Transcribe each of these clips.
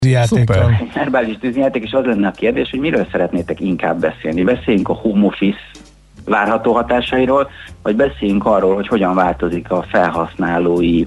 játékkal. Verbális tűzijáték, és az lenne a kérdés, hogy miről szeretnétek inkább beszélni. Beszéljünk a home office várható hatásairól, vagy beszéljünk arról, hogy hogyan változik a felhasználói,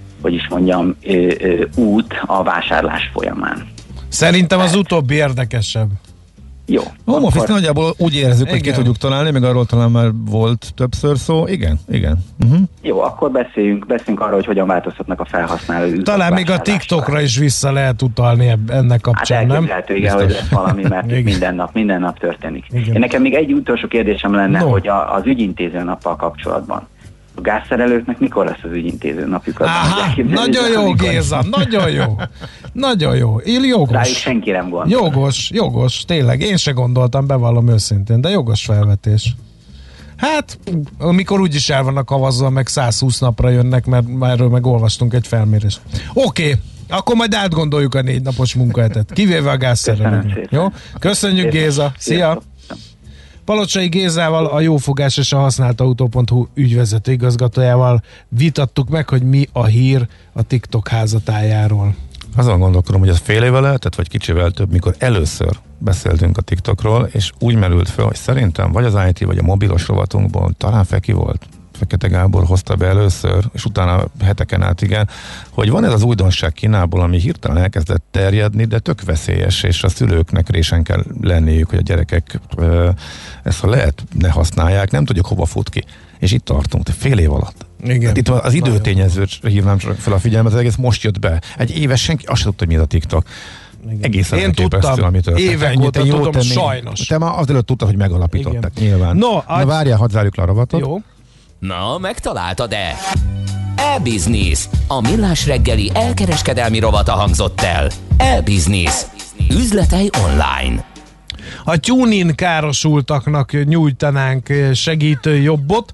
út a vásárlás folyamán. Szerintem az utóbbi érdekesebb. Jó. Home office nagyjából úgy érezzük, hogy ki tudjuk találni, meg arról talán már volt többször szó. Igen. Jó, akkor beszéljünk arról, hogy hogyan változtatnak a felhasználói. Talán még a TikTokra is vissza lehet utalni ennek kapcsán, nem? Hát igen, hogy lesz valami, mert minden nap történik. Én nekem még egy utolsó kérdésem lenne, hogy az ügyintéző nappal kapcsolatban. A gázszerelőknek mikor lesz az ügyintéző napjuk? Nagyon jó, Géza, nagyon jó. Nagyon jó. Jogos. Rájuk senki nem gondol. Jogos, tényleg. Én se gondoltam, bevallom őszintén, de jogos felvetés. Hát, amikor úgyis el vannak havazva, meg 120 napra jönnek, mert erről meg olvastunk egy felmérést. Oké, akkor majd átgondoljuk a 4 napos munkahetet, kivéve a gázszerelőt. Jó? Köszönjük, Géza. Szia! Palocsai Gézával, a Jófogás és a használtautó.hu ügyvezető igazgatójával vitattuk meg, hogy mi a hír a TikTok házatájáról. Azon gondolkodom, hogy ez fél éve lehetett, vagy kicsivel több, mikor először beszéltünk a TikTokról, és úgy merült fel, hogy szerintem vagy az IT, vagy a mobilos rovatunkból, talán Feki volt, Fekete Gábor hozta be először, és utána heteken át igen, hogy van ez az újdonság Kínából, ami hirtelen elkezdett terjedni, de tök veszélyes, és a szülőknek résen kell lenniük, hogy a gyerekek ezt ha lehet, ne használják, nem tudjuk hova fut ki. És itt tartunk, fél év alatt. Igen. Hát itt az időtényezőt hívnám csak fel a figyelmet, az egész most jött be. Egy éves senki azt se tudta, hogy mi ez a TikTok. Igen. Egészen én tudtam, ami történt. évek óta tudom, sajnos. Te már azelőtt tudtad, hogy megalapították, nyilván. Na várjál, hadd zárjuk le a rovatot. Jó. Na, megtaláltad-e? E-Business. A millás reggeli elkereskedelmi rovata hangzott el. E-Business. Üzletei online. A TuneIn károsultaknak nyújtanánk segítő jobbot.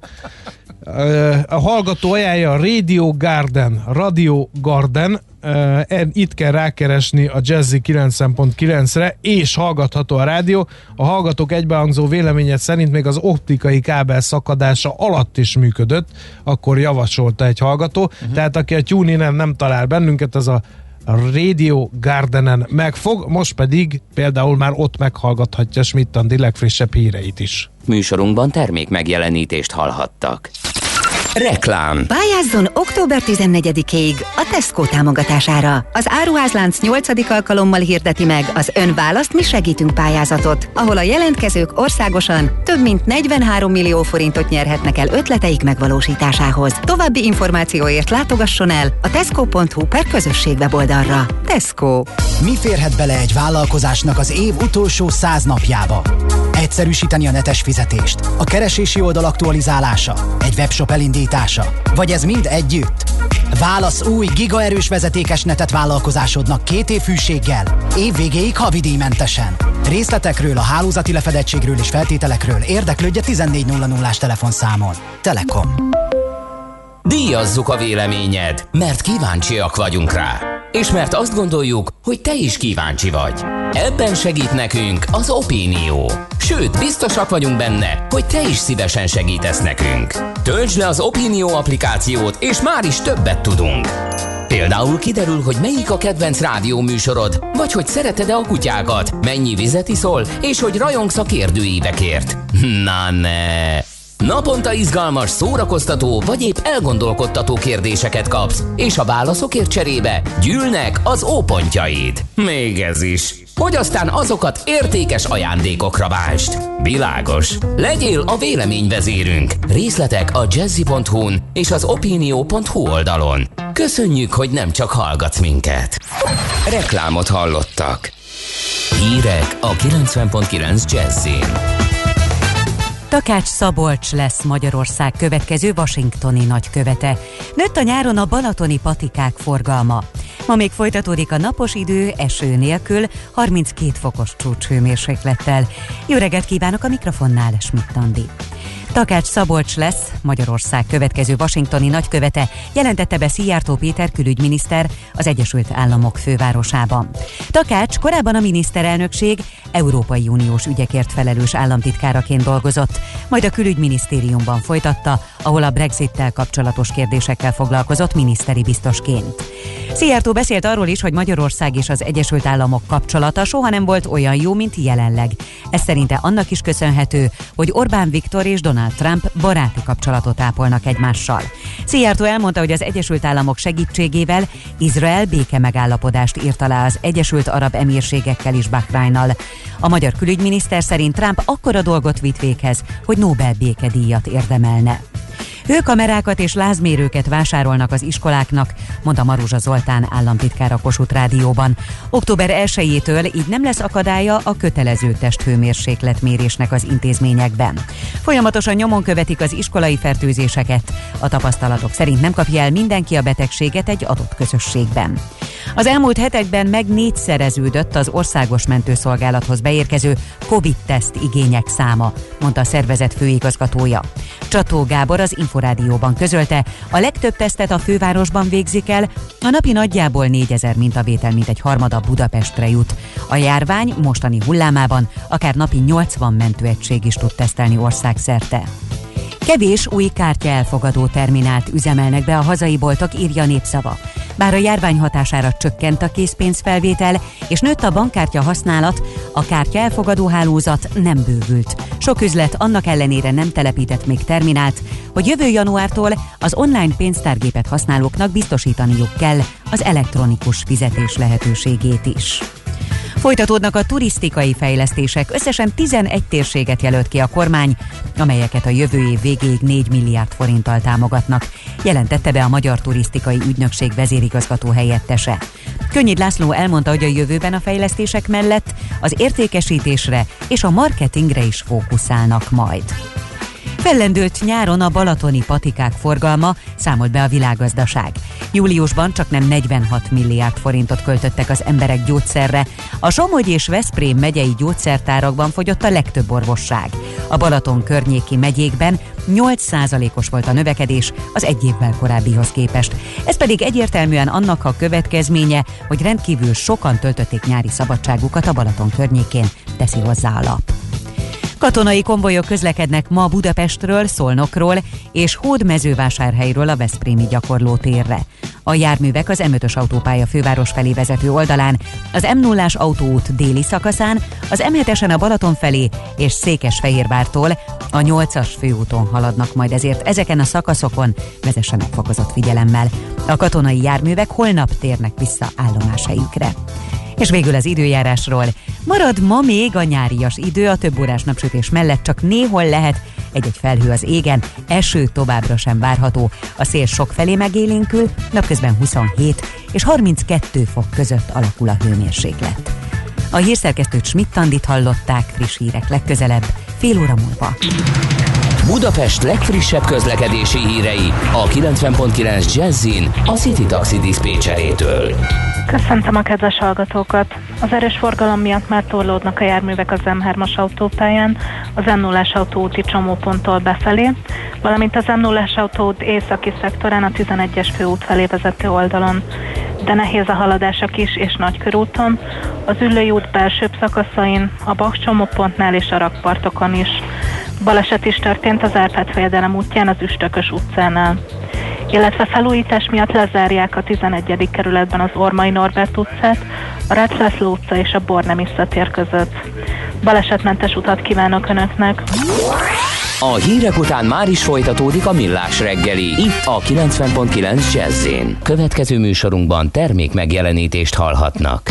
A hallgató ajánlja a Radio Garden. Itt kell rákeresni a Jazzy 90.9-re, és hallgatható a rádió. A hallgatók egybehangzó véleménye szerint még az optikai kábel szakadása alatt is működött, akkor javasolta egy hallgató. Tehát aki a TuneIn-en nem talál bennünket, az a Radio Gardenen megfog, most pedig például már ott meghallgathatja Schmidt-Andi legfrissebb híreit is. Műsorunkban termék megjelenítést hallhattak. Reklám. Pályázzon október 14-ig a Tesco támogatására. Az áruházlánc 8. alkalommal hirdeti meg az Ön választ, mi segítünk pályázatot, ahol a jelentkezők országosan több mint 43 millió forintot nyerhetnek el ötleteik megvalósításához. További információért látogasson el a tesco.hu/közösség weboldalra. Tesco. Mi férhet bele egy vállalkozásnak az év utolsó 100 napjába? Egyszerűsíteni a netes fizetést, a keresési oldal aktualizálása, egy webshop elindítása, vagy ez mind együtt? Válasz új gigaerős vezetékes netet vállalkozásodnak 2 év hűséggel, évvégéig havidíjmentesen. Részletekről, a hálózati lefedettségről és feltételekről érdeklődj a 1400-as telefonszámon. Telekom. Díjazzuk a véleményed, mert kíváncsiak vagyunk rá. És mert azt gondoljuk, hogy te is kíváncsi vagy. Ebben segít nekünk az Opinió. Sőt, biztosak vagyunk benne, hogy te is szívesen segítesz nekünk. Töltsd le az Opinió applikációt, és már is többet tudunk. Például kiderül, hogy melyik a kedvenc rádióműsorod, vagy hogy szereted-e a kutyákat, mennyi vizet iszol, és hogy rajongsz a kérdőívekért. Na ne! Naponta izgalmas, szórakoztató vagy épp elgondolkodtató kérdéseket kapsz, és a válaszokért cserébe gyűlnek az ópontjaid. Még ez is, hogy aztán azokat értékes ajándékokra váltsd. Világos. Legyél a véleményvezérünk. Részletek a jazzy.hu-n és az opinió.hu oldalon. Köszönjük, hogy nem csak hallgatsz minket. Reklámot hallottak. Hírek a 90.9 Jazzyn. Takács Szabolcs lesz Magyarország következő washingtoni nagykövete. Nőtt a nyáron a balatoni patikák forgalma. Ma még folytatódik a napos idő, eső nélkül, 32 fokos csúcshőmérséklettel. Jó reggelt kívánok, a mikrofonnál Schmidt-Andi. Takács Szabolcs lesz Magyarország következő washingtoni nagykövete, jelentette be Szijjártó Péter külügyminiszter az Egyesült Államok fővárosában. Takács korábban a miniszterelnökség Európai Uniós ügyekért felelős államtitkáraként dolgozott, majd a külügyminisztériumban folytatta, ahol a Brexittel kapcsolatos kérdésekkel foglalkozott miniszteri biztosként. Szijjártó beszélt arról is, hogy Magyarország és az Egyesült Államok kapcsolata soha nem volt olyan jó, mint jelenleg. Ez szerinte annak is köszönhető, hogy Orbán Viktor és Donald Trump baráti kapcsolatot ápolnak egymással. Szijjártó elmondta, hogy az Egyesült Államok segítségével Izrael békemegállapodást írt alá az Egyesült Arab Emírségekkel és Bahrájnnal. A magyar külügyminiszter szerint Trump akkora dolgot vitt véghez, hogy Nobel békedíjat érdemelne. Hőkamerákat és lázmérőket vásárolnak az iskoláknak, mondta Maruzsa Zoltán államtitkár a Kossuth Rádióban. Október 1-től így nem lesz akadálya a kötelező testhőmérsékletmérésnek az intézményekben. Folyamatosan nyomon követik az iskolai fertőzéseket. A tapasztalatok szerint nem kapja el mindenki a betegséget egy adott közösségben. Az elmúlt hetekben meg 4-szereződött az országos mentőszolgálathoz beérkező Covid-teszt igények száma, mondta a szervezet főigazgatója. Csató Gábor az Inforádióban közölte, a legtöbb tesztet a fővárosban végzik el, a napi nagyjából 4000 mintavétel mintegy harmada Budapestre jut. A járvány mostani hullámában akár napi 80 mentőegység is tud tesztelni országszerte. Kevés új kártya elfogadó terminált üzemelnek be a hazai boltok, írja a Népszava. Bár a járvány hatására csökkent a készpénzfelvétel és nőtt a bankkártya használat, a kártya elfogadó hálózat nem bővült. Sok üzlet annak ellenére nem telepített még terminált, hogy jövő januártól az online pénztárgépet használóknak biztosítaniuk kell az elektronikus fizetés lehetőségét is. Folytatódnak a turisztikai fejlesztések, összesen 11 térséget jelölt ki a kormány, amelyeket a jövő év végéig 4 milliárd forinttal támogatnak, jelentette be a Magyar Turisztikai Ügynökség vezérigazgató helyettese. Könnyid László elmondta, hogy a jövőben a fejlesztések mellett az értékesítésre és a marketingre is fókuszálnak majd. Fellendült nyáron a balatoni patikák forgalma, számolt be a Világgazdaság. Júliusban csaknem 46 milliárd forintot költöttek az emberek gyógyszerre. A Somogy és Veszprém megyei gyógyszertárakban fogyott a legtöbb orvosság. A Balaton környéki megyékben 8%-os volt a növekedés az egy évvel korábbihoz képest. Ez pedig egyértelműen annak a következménye, hogy rendkívül sokan töltötték nyári szabadságukat a Balaton környékén, teszi hozzá a lap. Katonai konvojok közlekednek ma Budapestről, Szolnokról és Hódmezővásárhelyről a veszprémi gyakorlótérre. A járművek az M5-ös autópálya főváros felé vezető oldalán, az M0-ás autóút déli szakaszán, az M7-esen a Balaton felé és Székesfehérvártól a 8-as főúton haladnak majd, ezért ezeken a szakaszokon vezessenek fokozott figyelemmel. A katonai járművek holnap térnek vissza állomáshelyükre. És végül az időjárásról. Marad ma még a nyárias idő, a több órás napsütés mellett csak néhol lehet egy-egy felhő az égen, eső továbbra sem várható. A szél sokfelé megélénkül, napközben 27 és 32 fok között alakul a hőmérséklet. A hírszerkesztőt Schmidt-Tandit hallották, friss hírek legközelebb, fél óra múlva. Budapest legfrissebb közlekedési hírei a 90.9 Jazzin a City Taxi diszpécserétől. Köszöntöm a kedves hallgatókat! Az erős forgalom miatt már torlódnak a járművek az M3-as autópályán, az M0-as autóúti csomóponttól befelé, valamint az M0-as autóút északi szektorán a 11-es főút felé vezető oldalon. De nehéz a haladás a Kis- és Nagykörúton, az Üllői út belsőbb szakaszain, a Baks csomópontnál és a rakpartokon is. Baleset is történt az Árpád-fejedelem útján az Üstökös utcánál. Illetve felújítás miatt lezárják a 11. kerületben az Ormai Norbert utcát, a Rácz László utca és a Bornemissza tér között. Balesetmentes utat kívánok Önöknek! A hírek után már is folytatódik a Millás reggeli, itt a 90.9 Jazz-én. Következő műsorunkban termék megjelenítést hallhatnak.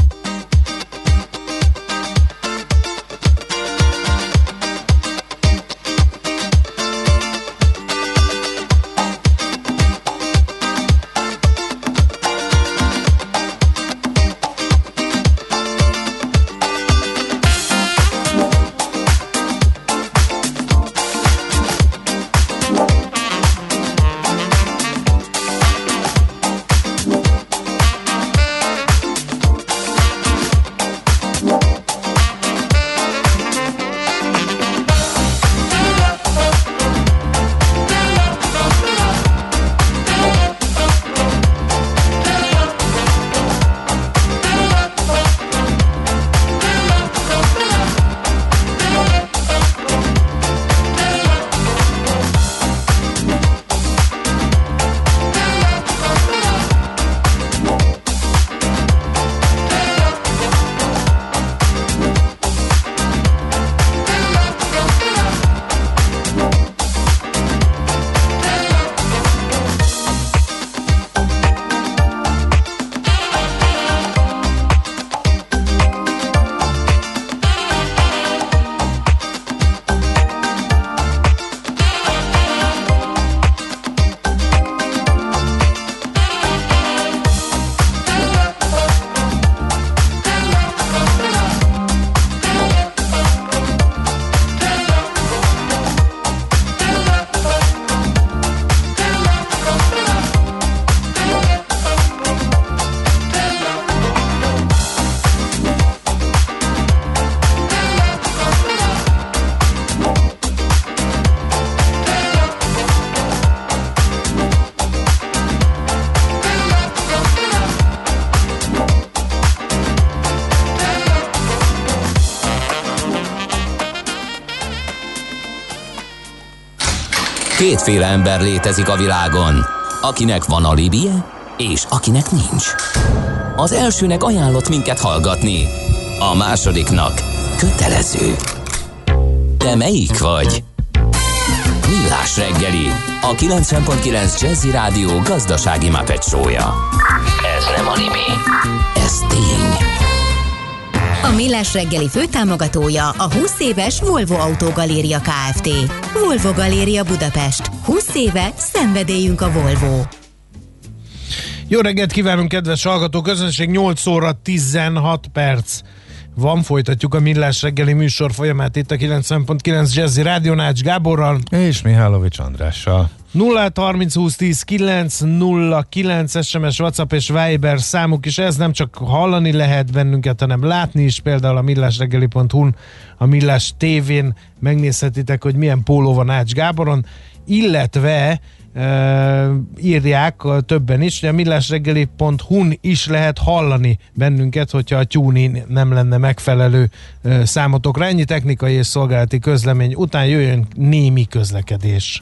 Kétféle ember létezik a világon, akinek van alibije, és akinek nincs. Az elsőnek ajánlott minket hallgatni, a másodiknak kötelező. Te melyik vagy? Millás reggeli, a 90.9 Jazzy Rádió gazdasági Muppet show-ja. Ez nem anime, ez tény. A Millás reggeli főtámogatója a 20 éves Volvo Autógaléria Kft. Volvo Galéria Budapest. 20 éve szenvedélyünk a Volvo. Jó reggelt kívánunk, kedves hallgató közönség, 8 óra 16 perc van, folytatjuk a Millás reggeli műsor folyamát itt a 90.9 Jazzy Rádión, Ács Gáborral és Mihálovics Andrással. 0-30 20 10 909 SMS, WhatsApp és Viber számuk is, ez nem csak hallani lehet bennünket, hanem látni is, például a millásreggeli.hu-n, a Millás TV-n megnézhetitek, hogy milyen póló van Ács Gáboron, illetve írják többen is, hogy a millásreggeli.hu-n is lehet hallani bennünket, hogyha a TuneIn nem lenne megfelelő számotokra. Ennyi technikai és szolgálati közlemény után jöjjön némi közlekedés.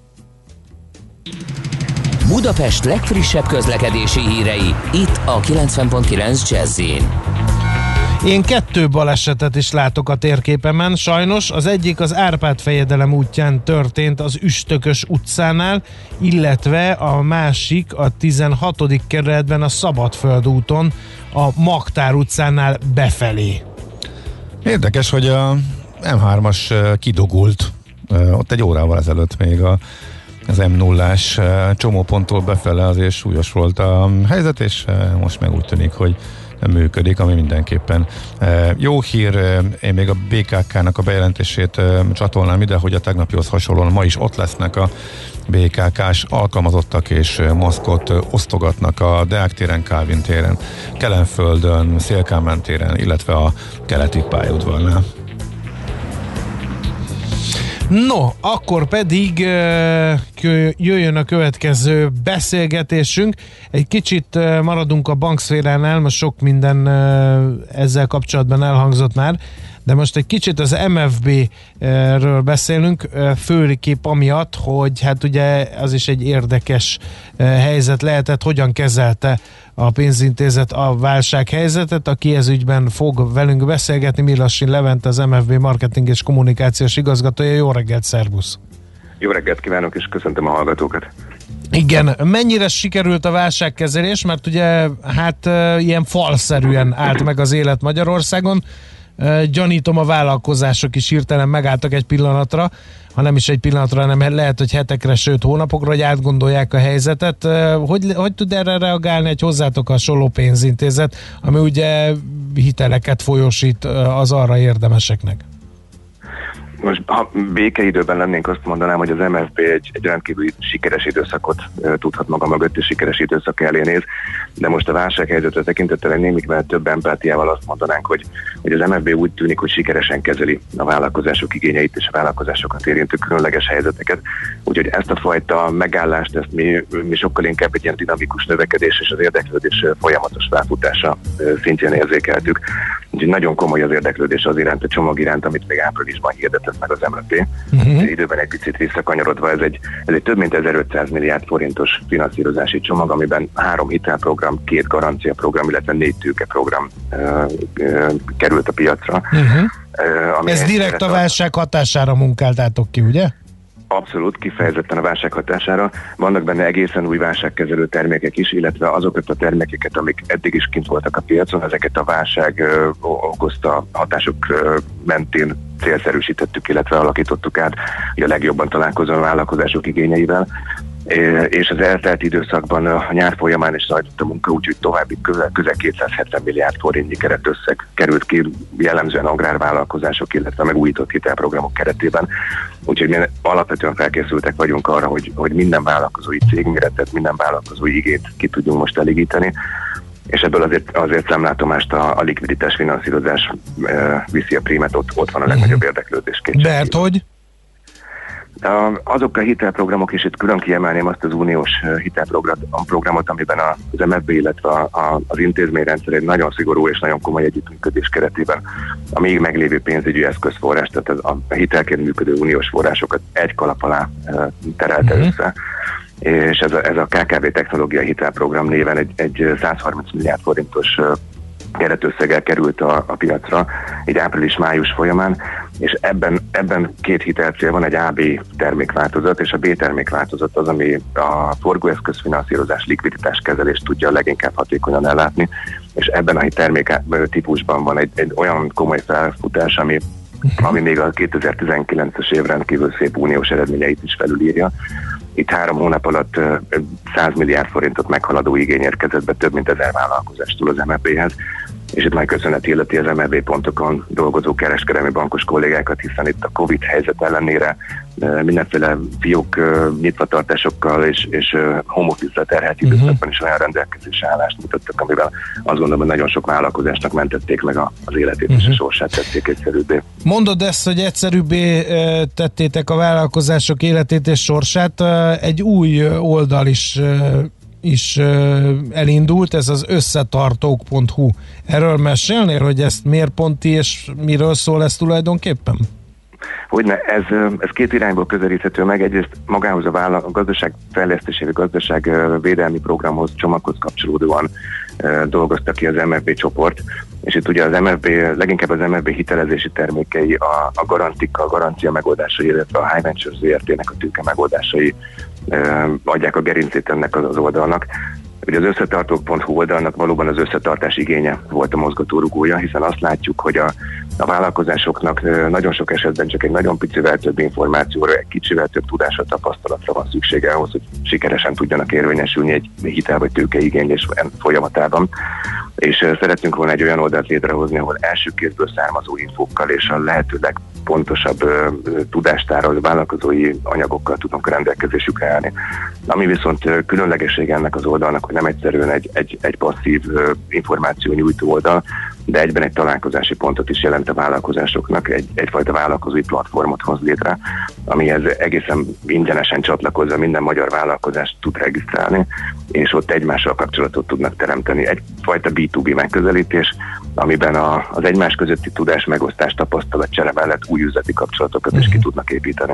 Budapest legfrissebb közlekedési hírei, itt a 90.9 Jazz-in. Én 2 balesetet is látok a térképemen, sajnos. Az egyik az Árpád-fejedelem útján történt az Üstökös utcánál, illetve a másik a 16. kerületben a Szabadföld úton, a Magtár utcánál befelé. Érdekes, hogy a M3-as kidogult ott egy órával ezelőtt még az M0-ás csomóponttól befele azért súlyos volt a helyzet, és most meg úgy tűnik, hogy nem működik, ami mindenképpen jó hír. Én még a BKK-nak a bejelentését csatolnám ide, hogy a tegnapihoz hasonlóan ma is ott lesznek a BKK-s alkalmazottak, és maszkot osztogatnak a Deák téren, Kálvin téren, Kelenföldön, Széll-Kálmán téren, illetve a keleti pályaudvarnál. No, akkor pedig jöjjön a következő beszélgetésünk. Egy kicsit maradunk a bankszféránál, most sok minden ezzel kapcsolatban elhangzott már, de most egy kicsit az MFB-ről beszélünk, főképp amiatt, hogy hát ugye az is egy érdekes helyzet lehetett, hogyan kezelte a pénzintézet a válsághelyzetet. Aki ez ügyben fog velünk beszélgetni, Milassin Levente, az MFB marketing és kommunikációs igazgatója. Jó reggelt, szervusz! Jó reggelt kívánok, és köszöntöm a hallgatókat! Igen, mennyire sikerült a válságkezelés, mert ugye hát ilyen falszerűen állt meg az élet Magyarországon. Gyanítom, a vállalkozások is hirtelen megálltak egy pillanatra, ha nem is egy pillanatra, hanem lehet, hogy hetekre, sőt hónapokra, hogy átgondolják a helyzetet. Hogy tud erre reagálni egy hozzátok hasonló pénzintézet, ami ugye hiteleket folyósít az arra érdemeseknek? Most, ha békeidőben lennénk, azt mondanám, hogy az MFB egy rendkívül sikeres időszakot tudhat maga mögött, és sikeres időszak elé néz, de most a válsághelyzetre tekintettel egy némivel több empátiával azt mondanánk, hogy az MFB úgy tűnik, hogy sikeresen kezeli a vállalkozások igényeit és a vállalkozásokat érintő különleges helyzeteket. Úgyhogy ezt a fajta megállást, ezt mi sokkal inkább egy ilyen dinamikus növekedés és az érdeklődés folyamatos felfutása szintjén érzékeltük. Úgyhogy nagyon komoly az érdeklődés az iránt, a csomag iránt, amit még áprilisban hirdetett meg az MFB. Időben egy picit visszakanyarodva, ez egy több mint 1500 milliárd forintos finanszírozási csomag, amiben 3 hitelprogram, 2 garanciaprogram, illetve 4 tőkeprogram került a piacra. Ez direkt a válság hatására munkáltátok ki, ugye? Abszolút, kifejezetten a válság hatására. Vannak benne egészen új válságkezelő termékek is, illetve azokat a termékeket, amik eddig is kint voltak a piacon, ezeket a válság okozta hatások mentén célszerűsítettük, illetve alakítottuk át, hogy a legjobban találkozó a vállalkozások igényeivel. És az eltelt időszakban a nyár folyamán is zajlott a munka, úgyhogy további közel 270 milliárd forintnyi keretösszeg került ki, jellemzően agrárvállalkozások, illetve megújított hitelprogramok keretében. Úgyhogy mi alapvetően felkészültek vagyunk arra, hogy minden vállalkozói cégméretet, minden vállalkozói igényt ki tudjunk most elégíteni, és ebből azért szemlátomást a likviditás finanszírozás viszi a prímet, ott van a legnagyobb érdeklődés. Mert hogy? Azok a hitelprogramok, és itt külön kiemelném azt az uniós hitelprogramot, amiben az MFB, illetve az intézményrendszer egy nagyon szigorú és nagyon komoly együttműködés keretében a még meglévő pénzügyi eszközforrás, tehát a hitelként működő uniós forrásokat egy kalap alá terelte össze. És ez a KKV Technológia Hitelprogram néven egy 130 milliárd forintos keretösszeggel került a piacra, egy április-május folyamán, és ebben két hitelcél van, egy AB termékváltozat, és a B termékváltozat az, ami a forgóeszközfinanszírozás, likviditáskezelést tudja a leginkább hatékonyan ellátni, és ebben a termék típusban van egy olyan komoly felfutás, ami még a 2019-es év rendkívül szép uniós eredményeit is felülírja. Itt 3 hónap alatt 100 milliárd forintot meghaladó igény érkezett be több mint 1000 vállalkozástól az MFB-hez, és itt nagy köszönet illeti az MFB pontokon dolgozó kereskedelmi bankos kollégákat, hiszen itt a Covid helyzet ellenére mindenféle fiók nyitvatartásokkal és home office-ra terhelt időszakban is olyan rendelkezésre állást mutattak, amivel azt gondolom, hogy nagyon sok vállalkozásnak mentették meg az életét és a sorsát tették egyszerűbbé. Mondod ezt, hogy egyszerűbbé tettétek a vállalkozások életét és sorsát, egy új oldal is elindult, ez az összetartók.hu. Erről mesélnél, hogy ezt miért pont és miről szól ez tulajdonképpen? Hogyne, ez két irányból közelíthető meg. Egyrészt magához a gazdaságfejlesztési, gazdaságvédelmi programhoz, csomaghoz kapcsolódóan dolgozta ki az MFB csoport, és itt ugye az MFB, leginkább az MFB hitelezési termékei, a garantika, a garancia megoldásai, illetve a High Ventures ZRT-nek a tőke megoldásai adják a gerincét ennek az oldalnak. Ugye az összetartók.hu oldalnak valóban az összetartás igénye volt a mozgatórugója, hiszen azt látjuk, hogy a vállalkozásoknak nagyon sok esetben csak egy nagyon picivel több információra, egy kicsivel több tudásra, tapasztalatra van szüksége ahhoz, hogy sikeresen tudjanak érvényesülni egy hitel vagy tőkeigénylés folyamatában. És szeretnünk volna egy olyan oldalt létrehozni, ahol első kézből származó infókkal és a lehető legpontosabb tudástárral, vállalkozói anyagokkal tudunk a rendelkezésükre állni. Ami viszont különlegessége ennek az oldalnak, hogy nem egyszerűen egy passzív információ nyújtó oldal, de egyben egy találkozási pontot is jelent a vállalkozásoknak, egyfajta vállalkozói platformot hoz létre, amihez egészen ingyenesen csatlakozva minden magyar vállalkozást tud regisztrálni, és ott egymással kapcsolatot tudnak teremteni. Egyfajta B2B megközelítés, amiben az egymás közötti tudás megosztás, tapasztalatcsere mellett új üzleti kapcsolatokat is ki tudnak építeni.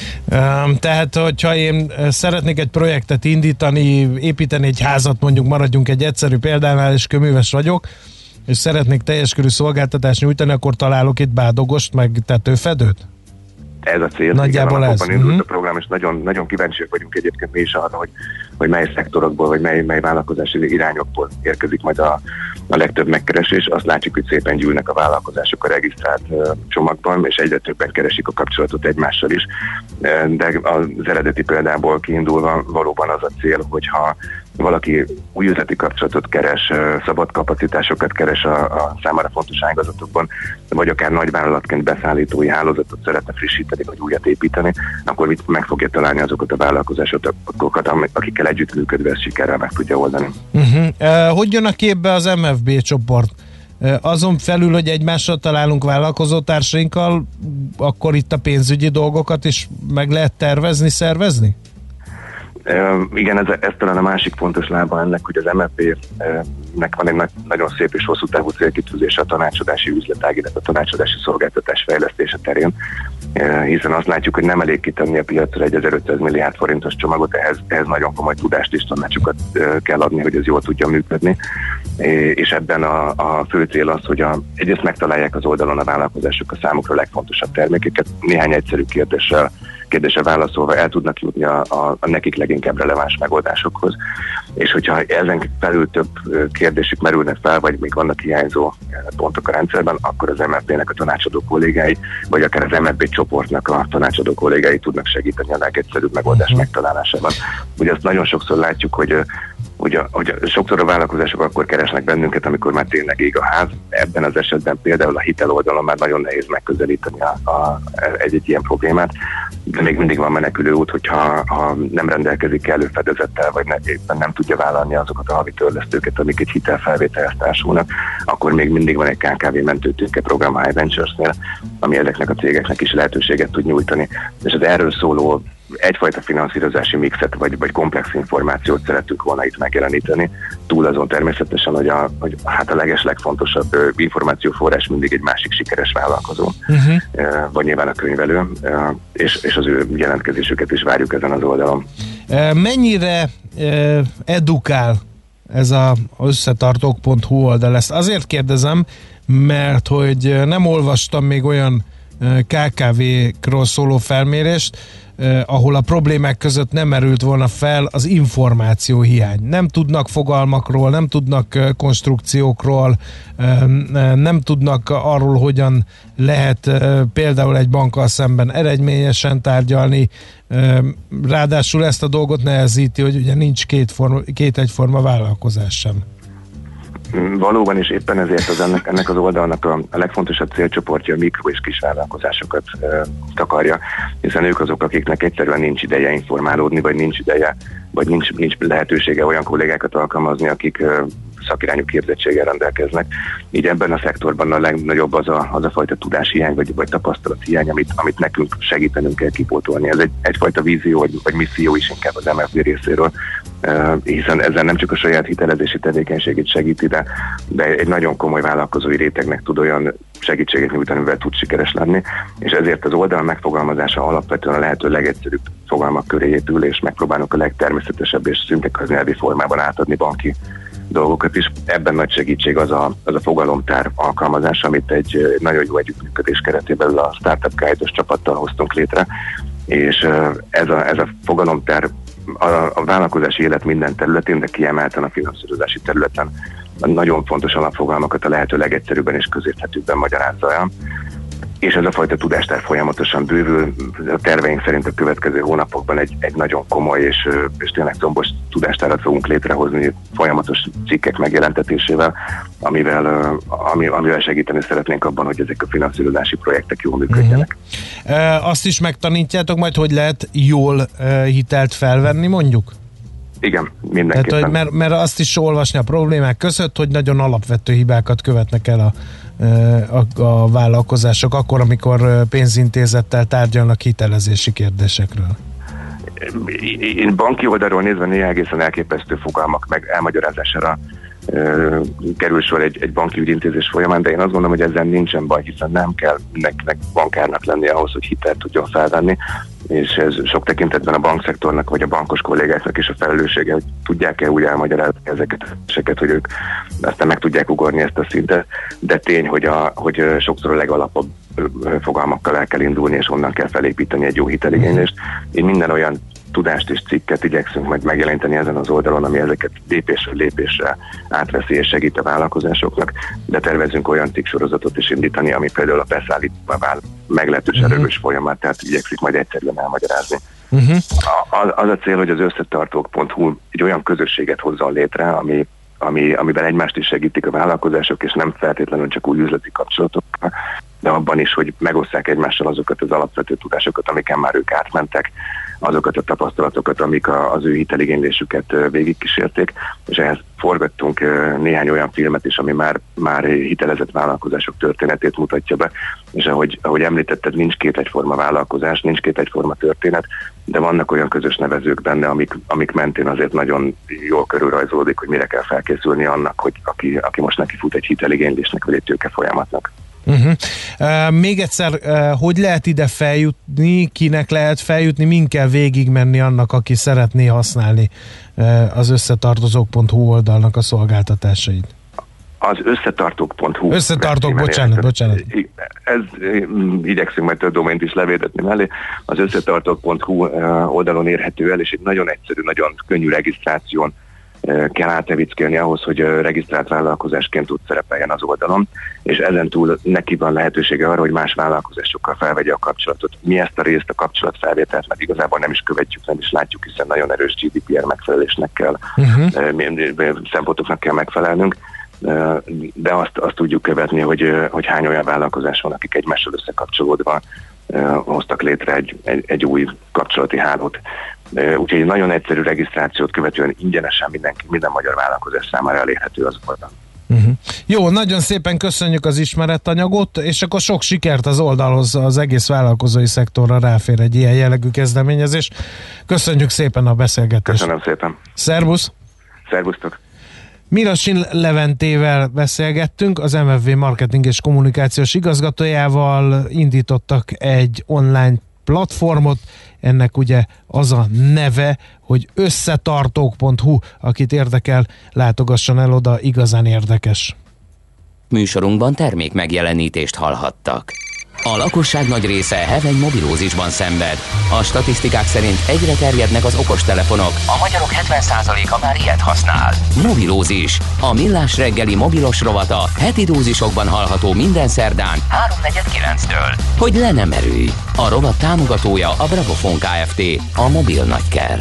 Tehát, hogyha én szeretnék egy projektet indítani, építeni egy házat, mondjuk maradjunk egy egyszerű példánál, és kőműves vagyok, és szeretnék teljes körű szolgáltatást nyújtani, akkor találok itt bádogost, meg tetőfedőt? Ez a cél. Nagyjából igen, ez. Indult a program, és nagyon, nagyon kíváncsiak vagyunk egyébként mi is arra, hogy mely szektorokból, vagy mely vállalkozási irányokból érkezik majd a legtöbb megkeresés. Azt látjuk, hogy szépen gyűlnek a vállalkozások a regisztrált csomagban, és egyre többen keresik a kapcsolatot egymással is. De az eredeti példából kiindulva valóban az a cél, hogyha valaki új üzleti kapcsolatot keres, szabad kapacitásokat keres a számára fontos ágazatokban, vagy akár nagyvállalatként beszállítói hálózatot szeretne frissíteni, vagy újat építeni, akkor itt meg fogja találni azokat a vállalkozásokat, akikkel együttműködve ezt sikerrel meg tudja oldani. Hogy jön a képbe az MFB csoport? Azon felül, hogy egymással találunk vállalkozótársainkkal, akkor itt a pénzügyi dolgokat is meg lehet tervezni, szervezni? Igen, ez talán a másik fontos lába ennek, hogy az MFB-nek van egy nagyon szép és hosszú távú célkitűzése a tanácsadási üzletág, illetve a tanácsadási szolgáltatás fejlesztése terén, hiszen azt látjuk, hogy nem elég kitenni a piacra egy 1500 milliárd forintos csomagot, ehhez nagyon komoly tudást és tanácsokat kell adni, hogy ez jól tudja működni, és ebben a fő cél az, hogy egyrészt megtalálják az oldalon a vállalkozások a számukra legfontosabb termékeket, néhány egyszerű kérdésre válaszolva el tudnak jutni a nekik leginkább releváns megoldásokhoz. És hogyha ezen felül több kérdésük merülnek fel, vagy még vannak hiányzó pontok a rendszerben, akkor az MFB-nek a tanácsadó kollégái, vagy akár az MFB csoportnak a tanácsadó kollégái tudnak segíteni a legegyszerűbb megoldás megtalálásában. Ugye azt nagyon sokszor látjuk, hogy Ugye sokszor a vállalkozások akkor keresnek bennünket, amikor már tényleg ég a ház. Ebben az esetben például a hitel oldalon már nagyon nehéz megközelíteni egy ilyen problémát, de még mindig van menekülő út, hogyha nem rendelkezik kellő fedezettel, vagy éppen nem tudja vállalni azokat a havi törlesztőket, amik egy hitelfelvételhez társulnak, akkor még mindig van egy KKV mentőtőke program a High Ventures-nél, ami ezeknek a cégeknek is lehetőséget tud nyújtani. És az erről szóló egyfajta finanszírozási mixet, vagy komplex információt szerettük volna itt megjeleníteni. Túl azon természetesen, hogy a legfontosabb információforrás mindig egy másik sikeres vállalkozó, vagy nyilván a könyvelő, és az ő jelentkezésüket is várjuk ezen az oldalon. Mennyire edukál ez az összetartók.hu oldal? Ezt azért kérdezem, mert hogy nem olvastam még olyan KKV-król szóló felmérést, ahol a problémák között nem merült volna fel az információ hiány. Nem tudnak fogalmakról, nem tudnak konstrukciókról, nem tudnak arról, hogyan lehet például egy bankkal szemben eredményesen tárgyalni. Ráadásul ezt a dolgot nehezíti, hogy ugye nincs két egyforma vállalkozás sem. Valóban, és éppen ezért ennek az oldalnak a legfontosabb célcsoportja a mikro- és kisvállalkozásokat takarja, hiszen ők azok, akiknek egyszerűen nincs ideje informálódni, vagy nincs ideje, vagy nincs lehetősége olyan kollégákat alkalmazni, akik szakirányú képzettséggel rendelkeznek. Így ebben a szektorban a legnagyobb az a fajta tudáshiány, vagy tapasztalathiány, amit nekünk segítenünk kell kipótolni. Ez egyfajta vízió, vagy misszió is inkább az MFB részéről, hiszen ezzel nem csak a saját hitelezési tevékenységét segíti, de egy nagyon komoly vállalkozói rétegnek tud olyan segítséget nyújtani, mivel tud sikeres lenni, és ezért az oldal megfogalmazása alapvetően a lehető legegyszerűbb fogalmak köré épül, és megpróbálunk a legtermészetesebb és szinte köznyelvi formában átadni banki dolgokat is. Ebben nagy segítség az a fogalomtár alkalmazás, amit egy nagyon jó együttműködés keretében a Startup Guide-os csapattal hoztunk létre, és ez a fogalomtár a vállalkozási élet minden területén, de kiemelten a finanszírozási területen nagyon fontos alapfogalmakat a lehető legegyszerűbben és közérthetőbben magyarázza el. És ez a fajta tudástár folyamatosan bővül. A terveink szerint a következő hónapokban egy nagyon komoly és tényleg combos tudástárat fogunk létrehozni folyamatos cikkek megjelentetésével, amivel segíteni szeretnénk abban, hogy ezek a finanszírozási projektek jól működjenek. Azt is megtanítjátok majd, hogy lehet jól hitelt felvenni, mondjuk? Igen, mindenképpen. Tehát, mert azt is olvasni a problémák között, hogy nagyon alapvető hibákat követnek el a vállalkozások akkor, amikor pénzintézettel tárgyalnak hitelezési kérdésekről. Én banki oldalról nézve néha egészen elképesztő fogalmak meg elmagyarázására kerül sor egy banki ügyintézés folyamán, de én azt gondolom, hogy ezzel nincsen baj, hiszen nem kell mindenkinek bankárnak lenni ahhoz, hogy hitelt tudjon felvenni, és ez sok tekintetben a bankszektornak vagy a bankos kollégáknak is a felelőssége, hogy tudják-e úgy elmagyarázni ezeket, hogy ők aztán meg tudják ugorni ezt a szintet, de tény, hogy sokszor a legalapabb fogalmakkal el kell indulni, és onnan kell felépíteni egy jó hiteligénylést. Én minden olyan tudást és cikket igyekszünk majd megjelenteni ezen az oldalon, ami ezeket lépésről lépésre átveszi és segít a vállalkozásoknak, de tervezünk olyan cikksorozatot is indítani, ami például a beszállítva vált meglehetősen rögös folyamat, tehát igyekszik majd egyszerűen elmagyarázni. Az a cél, hogy az összetartók.hu egy olyan közösséget hozzon létre, amiben egymást is segítik a vállalkozások, és nem feltétlenül csak új üzleti kapcsolatokkal, de abban is, hogy megosszák egymással azokat az alapvető tudásokat, amiken már ők átmentek, azokat a tapasztalatokat, amik az ő hiteligénylésüket végigkísérték, és ehhez forgattunk néhány olyan filmet is, ami már hitelezett vállalkozások történetét mutatja be, és ahogy említetted, nincs két egyforma vállalkozás, nincs két egyforma történet, de vannak olyan közös nevezők benne, amik mentén azért nagyon jól körülrajzolódik, hogy mire kell felkészülni annak, hogy aki most neki fut egy hiteligénylésnek, vagy egy tőke folyamatnak. Még egyszer, hogy lehet ide feljutni, kinek lehet feljutni, min kell végigmenni annak, aki szeretné használni az összetartozók.hu oldalnak a szolgáltatásait? Az összetartók.hu. Összetartók, bocsánat. Igyekszünk majd több domaint is levédetni mellé. Az összetartók.hu oldalon érhető el, és egy nagyon egyszerű, nagyon könnyű regisztráción kell átevickélni ahhoz, hogy regisztrált vállalkozásként tud szerepeljen az oldalon, és ezen túl neki van lehetősége arra, hogy más vállalkozásokkal felvegye a kapcsolatot. Mi ezt a részt, a kapcsolatfelvételt, mert igazából nem is követjük, nem is látjuk, hiszen nagyon erős GDPR megfelelésnek kell, szempontoknak kell megfelelnünk, de azt tudjuk követni, hogy hány olyan vállalkozás van, akik egymással összekapcsolódva hoztak létre egy új kapcsolati hálót. Úgyhogy egy nagyon egyszerű regisztrációt követően ingyenesen minden magyar vállalkozás számára elérhető az oldal. Jó, nagyon szépen köszönjük az ismeretanyagot, és akkor sok sikert az oldalhoz, az egész vállalkozói szektorra ráfér egy ilyen jellegű kezdeményezés. Köszönjük szépen a beszélgetést. Köszönöm szépen. Szervusz! Szervusztok! Mirosin Leventével beszélgettünk, az MFV marketing és kommunikációs igazgatójával. Indítottak egy online platformot, ennek ugye az a neve, hogy összetartók.hu, akit érdekel, látogasson el oda, igazán érdekes. Műsorunkban termék megjelenítést hallhattak. A lakosság nagy része heveny mobilózisban szenved. A statisztikák szerint egyre terjednek az okostelefonok. A magyarok 70%-a már ilyet használ. Mobilózis. A Millás reggeli mobilos rovata heti dózisokban hallható minden szerdán 3:49-től. Hogy le nem erőj. A rovat támogatója a Bravofon Kft. A mobil nagyker.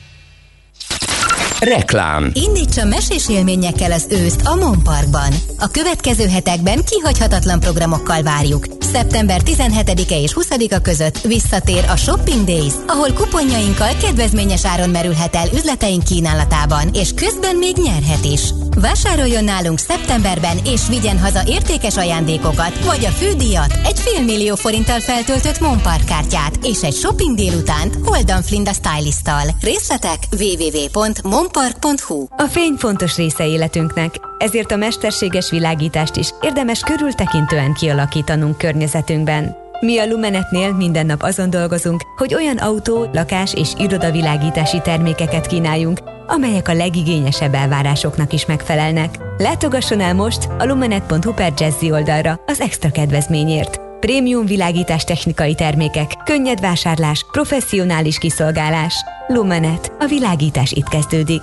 Reklám. Indítsa mesés élményekkel az őszt a Mon Parkban. A következő hetekben kihagyhatatlan programokkal várjuk. Szeptember 17-e és 20-a között visszatér a Shopping Days, ahol kuponjainkkal kedvezményes áron merülhet el üzleteink kínálatában, és közben még nyerhet is. Vásároljon nálunk szeptemberben, és vigyen haza értékes ajándékokat, vagy a fődíjat, egy $500 000 forinttal feltöltött Mon Park kártyát, és egy shopping délutánt Holdan Flinda stylisttal. Részletek www.monpark.hu. A fény fontos része életünknek, ezért a mesterséges világítást is érdemes körültekintően kialakítanunk környezetünkben. Mi a Lumenetnél minden nap azon dolgozunk, hogy olyan autó, lakás és irodavilágítási termékeket kínáljunk, amelyek a legigényesebb elvárásoknak is megfelelnek. Látogasson el most a lumenet.hu/jazzy oldalra az extra kedvezményért. Prémium világítás technikai termékek, könnyed vásárlás, professzionális kiszolgálás. Lumenet. A világítás itt kezdődik.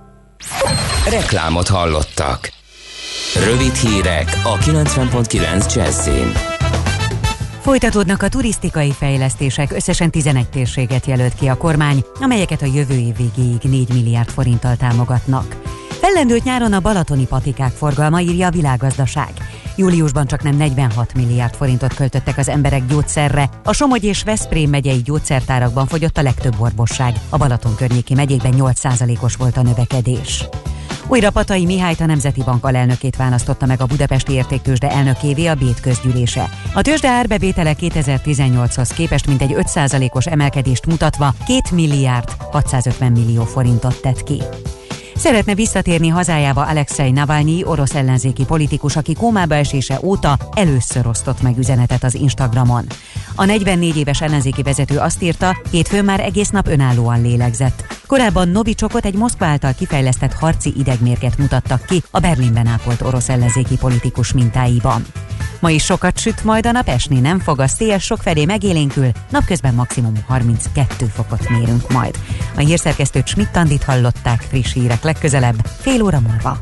Reklámot hallottak. Rövid hírek a 90.9 Jazzin. Folytatódnak a turisztikai fejlesztések, összesen 11 térséget jelölt ki a kormány, amelyeket a jövő év végéig 4 milliárd forinttal támogatnak. Fellendült nyáron a balatoni patikák forgalma, írja a Világgazdaság. Júliusban csaknem 46 milliárd forintot költöttek az emberek gyógyszerre, a Somogy és Veszprém megyei gyógyszertárakban fogyott a legtöbb orvosság, a Balaton környéki megyékben 8%-os volt a növekedés. Újra Patai Mihályt, a Nemzeti Bank alelnökét választotta meg a Budapesti Értéktőzsde elnökévé a BÉT közgyűlése. A tőzsde árbevétele 2018-hoz képest mintegy 5%-os emelkedést mutatva 2 milliárd 650 millió forintot tett ki. Szeretne visszatérni hazájába Alexei Navalnyi, orosz ellenzéki politikus, aki kómába esése óta először osztott meg üzenetet az Instagramon. A 44 éves ellenzéki vezető azt írta, hétfőn már egész nap önállóan lélegzett. Korábban Novicsokot, egy Moszkva által kifejlesztett harci idegmérget mutattak ki a Berlinben ápolt orosz ellenzéki politikus mintáiban. Ma is sokat süt, majd a nap, esni nem fog, a szél sokfelé megélénkül, napközben maximum 32 fokot mérünk majd. A hírszerkesztőt Schmidt-Andit hallották, friss hírek legközelebb, fél óra múlva.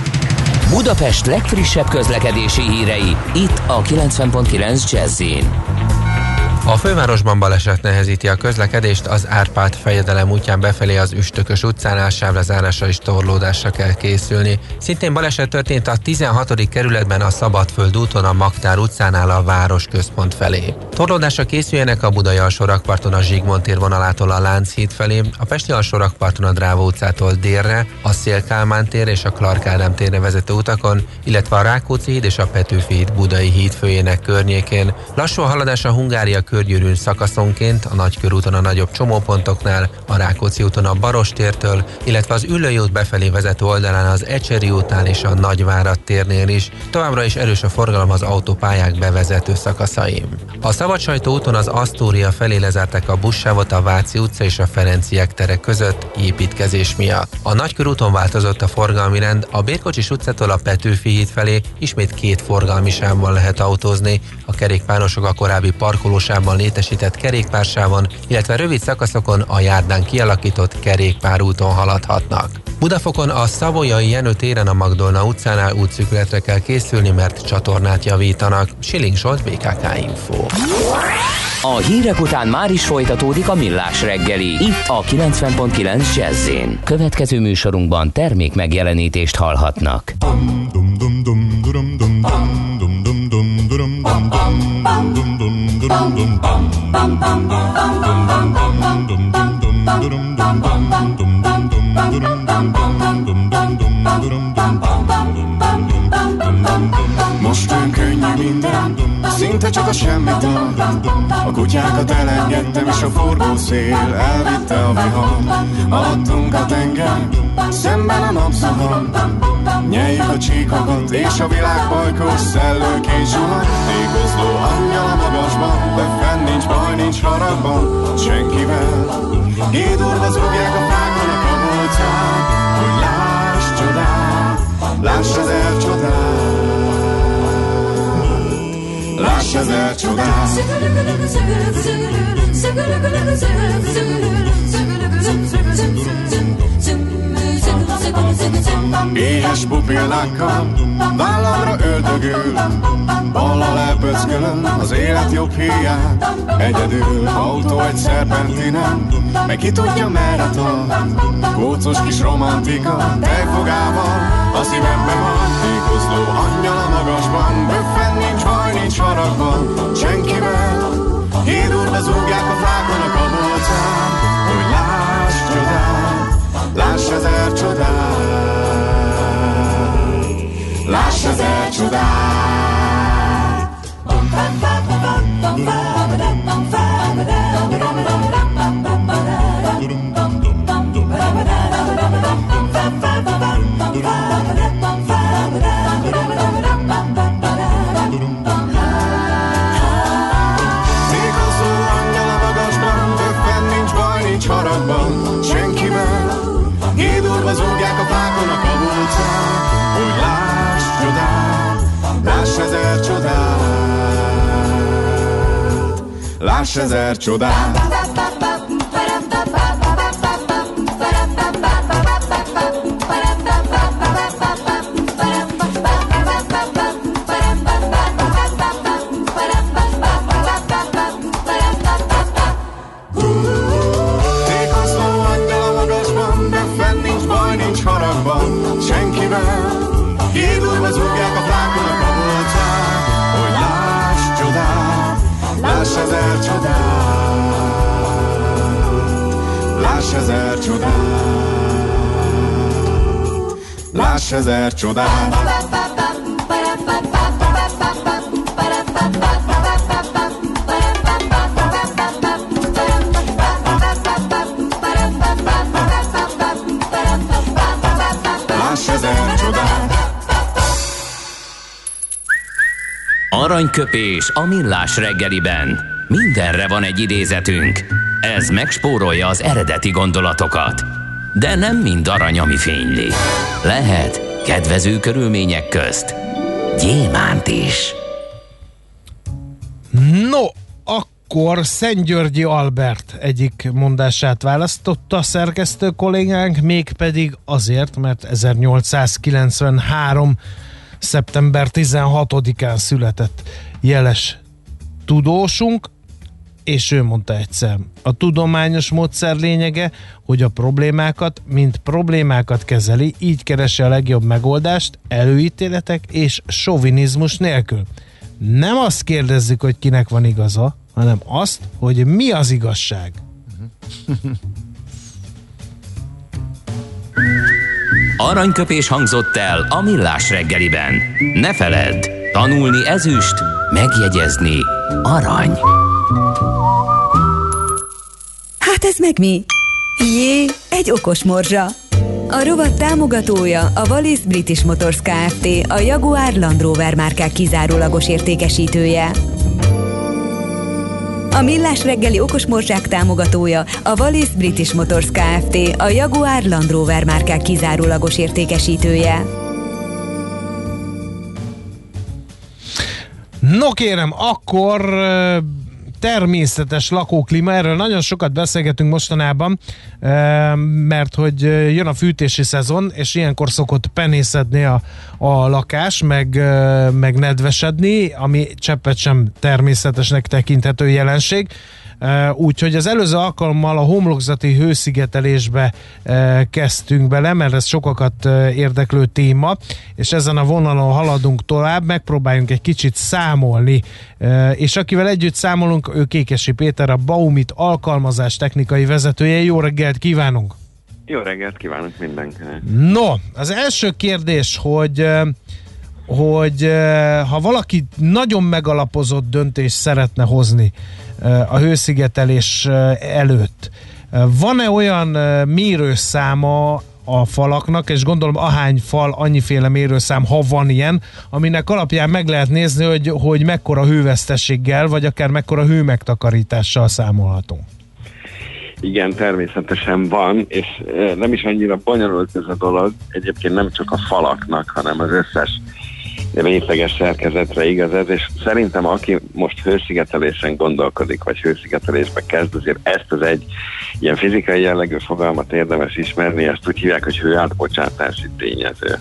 Budapest legfrissebb közlekedési hírei, itt a 90.9 Jazzin. A fővárosban baleset nehezíti a közlekedést, az Árpád fejedelem útján befelé az Üstökös utcánál sávlezárásra és torlódásra kell készülni. Szintén baleset történt a 16. kerületben a Szabadföld úton a Magtár utcánál a városközpont felé. Torlódásra készüljenek a Budai alsórakparton a Zsigmond tér vonalától a Lánchíd felé, a Pesti alsórakparton a Dráva utcától délre, a Széll-Kálmán tér és a Clark Ádám térre vezető utakon, illetve a Rákóczi híd és a Petőfi híd Budai hídfőjének környékén. Lassú a haladás a Hungária körgyűrűn szakaszonként, a Nagykörúton a nagyobb csomópontoknál, a Rákóczi úton a Barostértől, illetve az Üllői út befelé vezető oldalán az Ecseri útnál és a Nagyvárad térnél is. Továbbra is erős a forgalom az autópályák bevezető szakaszain. A Szabadsajtó úton az Asztória felé lezárták a buszsávot a Váci utca és a Ferenciek tere között építkezés miatt. A Nagykörúton változott a forgalmi rend, a Bérkocsis utcától a Petőfi híd felé ismét 2 forgalmi sávban lehet autózni, a kerékpárosok a korábbi parkolósávban irányában létesített kerékpársávon, illetve rövid szakaszokon a járdán kialakított kerékpárúton haladhatnak. Budafokon a Savoyai Jenő téren a Magdolna utcánál útszűkületre kell készülni, mert csatornát javítanak. Schilling Zsolt, BKK Info. A hírek után már is folytatódik a Millás reggeli, itt a 90.9 Jazz-én. Következő műsorunkban termék megjelenítést hallhatnak. Most olyan könnyű minden, szinte csak a semmit ad. A kutyákat elengedtem, és a forgószél elvitte a vihar. Alattunk a tenger, szemben a napszahar. Nyeljük a csíkokat, és a világ bajkos szellőként zsuhan. Tékozló angyal a magasban, de fenn nincs baj, nincs haragban senkivel. Gédorva zúgják a fákon a kabolcát, hogy láss csodát, láss ezer csodát. Láss ezer csodát. Éhes pupillákkal vállamra öldögül, ballal elpöckölöm az élet jobb híját. Egyedül autó egy szerpentinen, meg ki tudja merre tart. Kócos kis romantika tejfogával a szívemben van. Tékozló angyal a magasban, böffen nincs baj, nincs haragban senkivel. Hídurva zúgják a fákon a kabolcán, hogy láss csodát, láss ezer csodát. Láss ezer csodát. Tékozló angyal a magasban, böffen nincs baj, nincs haragban senkivel. Gédurva zúgják a fákon a kabolcán, hogy láss csodát, láss ezer csodát, láss ezer csodát. Tékozló angyal a magasban, böffen nincs baj, nincs haragban senkivel. Hídurva zúgják a fákon a kabolcán, hogy láss csodát, láss ezer csodát, láss ezer csodát, láss ezer csodát. Láss ezer csodát. Aranyköpés a Millás reggeliben. Mindenre van egy idézetünk. Ez megspórolja az eredeti gondolatokat. De nem mind arany, ami fényli. Lehet kedvező körülmények közt gyémánt is. No, akkor Szentgyörgyi Albert egyik mondását választotta a szerkesztő kollégánk, mégpedig azért, mert 1893. szeptember 16-án született jeles tudósunk, és ő mondta egyszer: a tudományos módszer lényege, hogy a problémákat, mint problémákat kezeli, így keresi a legjobb megoldást, előítéletek és sovinizmus nélkül. Nem azt kérdezzük, hogy kinek van igaza, hanem azt, hogy mi az igazság. Aranyköpés hangzott el a Millás reggeliben. Ne feledd, tanulni ezüst, megjegyezni arany. Hát ez meg mi? Jé, egy okos morzsa. A rovat támogatója a Wallis British Motors Kft., a Jaguar Land Rover márkák kizárólagos értékesítője. A Millás reggeli okos morzsák támogatója a Wallis British Motors Kft., a Jaguar Land Rover márkák kizárólagos értékesítője. No kérem, akkor természetes lakóklíma, erről nagyon sokat beszélgetünk mostanában, mert hogy jön a fűtési szezon, és ilyenkor szokott penészedni a lakás, meg nedvesedni, ami cseppet sem természetesnek tekinthető jelenség. Úgyhogy az előző alkalommal a homlokzati hőszigetelésbe kezdtünk bele, mert ez sokakat érdeklő téma, és ezen a vonalon haladunk tovább, megpróbáljunk egy kicsit számolni, és akivel együtt számolunk, ő Kékesi Péter, a Baumit alkalmazás technikai vezetője. Jó reggelt kívánunk! Jó reggelt kívánok mindenkinek! No, az első kérdés, hogy ha valaki nagyon megalapozott döntést szeretne hozni a hőszigetelés előtt, van-e olyan mérőszáma a falaknak, és gondolom ahány fal, annyiféle mérőszám, ha van ilyen, aminek alapján meg lehet nézni, hogy mekkora hőveszteséggel, vagy akár mekkora hőmegtakarítással számolhatunk? Igen, természetesen van, és nem is annyira bonyolult ez a dolog, egyébként nem csak a falaknak, hanem az összes réteges szerkezetre igaz ez, és szerintem aki most hőszigetelésen gondolkodik, vagy hőszigetelésbe kezd, azért ezt az egy ilyen fizikai jellegű fogalmat érdemes ismerni, ezt úgy hívják, hogy hőátbocsátási tényező.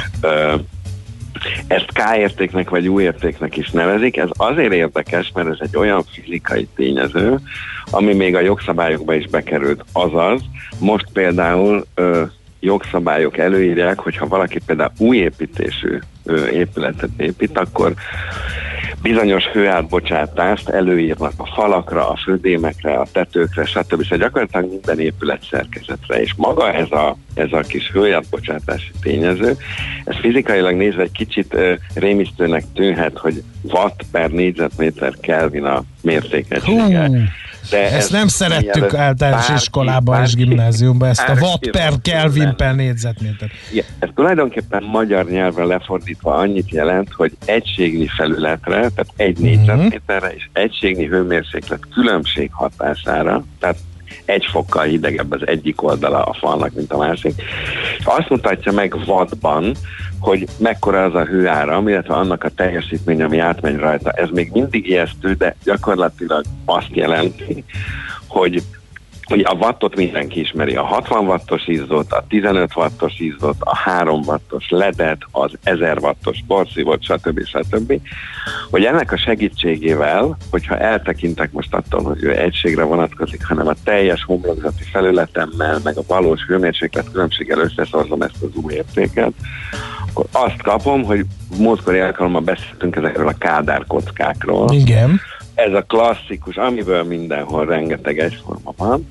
Ezt K-értéknek vagy U-értéknek is nevezik. Ez azért érdekes, mert ez egy olyan fizikai tényező, ami még a jogszabályokba is bekerült. Azaz, most például jogszabályok előírják, hogyha valaki például új építésű épületet épít, akkor bizonyos hőátbocsátást előírnak a falakra, a födémekre, a tetőkre, stb. Szóval gyakorlatilag minden épület szerkezetre. És maga ez a kis hőátbocsátási tényező, ez fizikailag nézve egy kicsit rémisztőnek tűnhet, hogy watt per négyzetméter Kelvin a mértékegysége. De ezt nem szerettük általános iskolában és gimnáziumban, ezt a watt per Kelvin per négyzetméter. Igen, ez tulajdonképpen magyar nyelven lefordítva annyit jelent, hogy egységnyi felületre, tehát egy négyzetméterre és egységnyi hőmérséklet különbség hatására, tehát egy fokkal hidegebb az egyik oldala a falnak, mint a másik. Azt mutatja meg wattban, hogy mekkora az a hőáram, illetve annak a teljesítmény, ami átmegy rajta. Ez még mindig ijesztő, de gyakorlatilag azt jelenti, hogy a wattot mindenki ismeri, a 60 wattos izzót, a 15 wattos izzót, a 3 wattos ledet, az 1000 wattos porszívót, stb. Hogy ennek a segítségével, hogyha eltekintek most attól, hogy ő egységre vonatkozik, hanem a teljes homlokzati felületemmel, meg a valós hőmérséklet különbséggel összeszorzom ezt az U-értéket, akkor azt kapom, hogy múltkori alkalommal beszéltünk ezekről a Kádár kockákról. Igen. Ez a klasszikus, amiből mindenhol rengeteg egyforma van,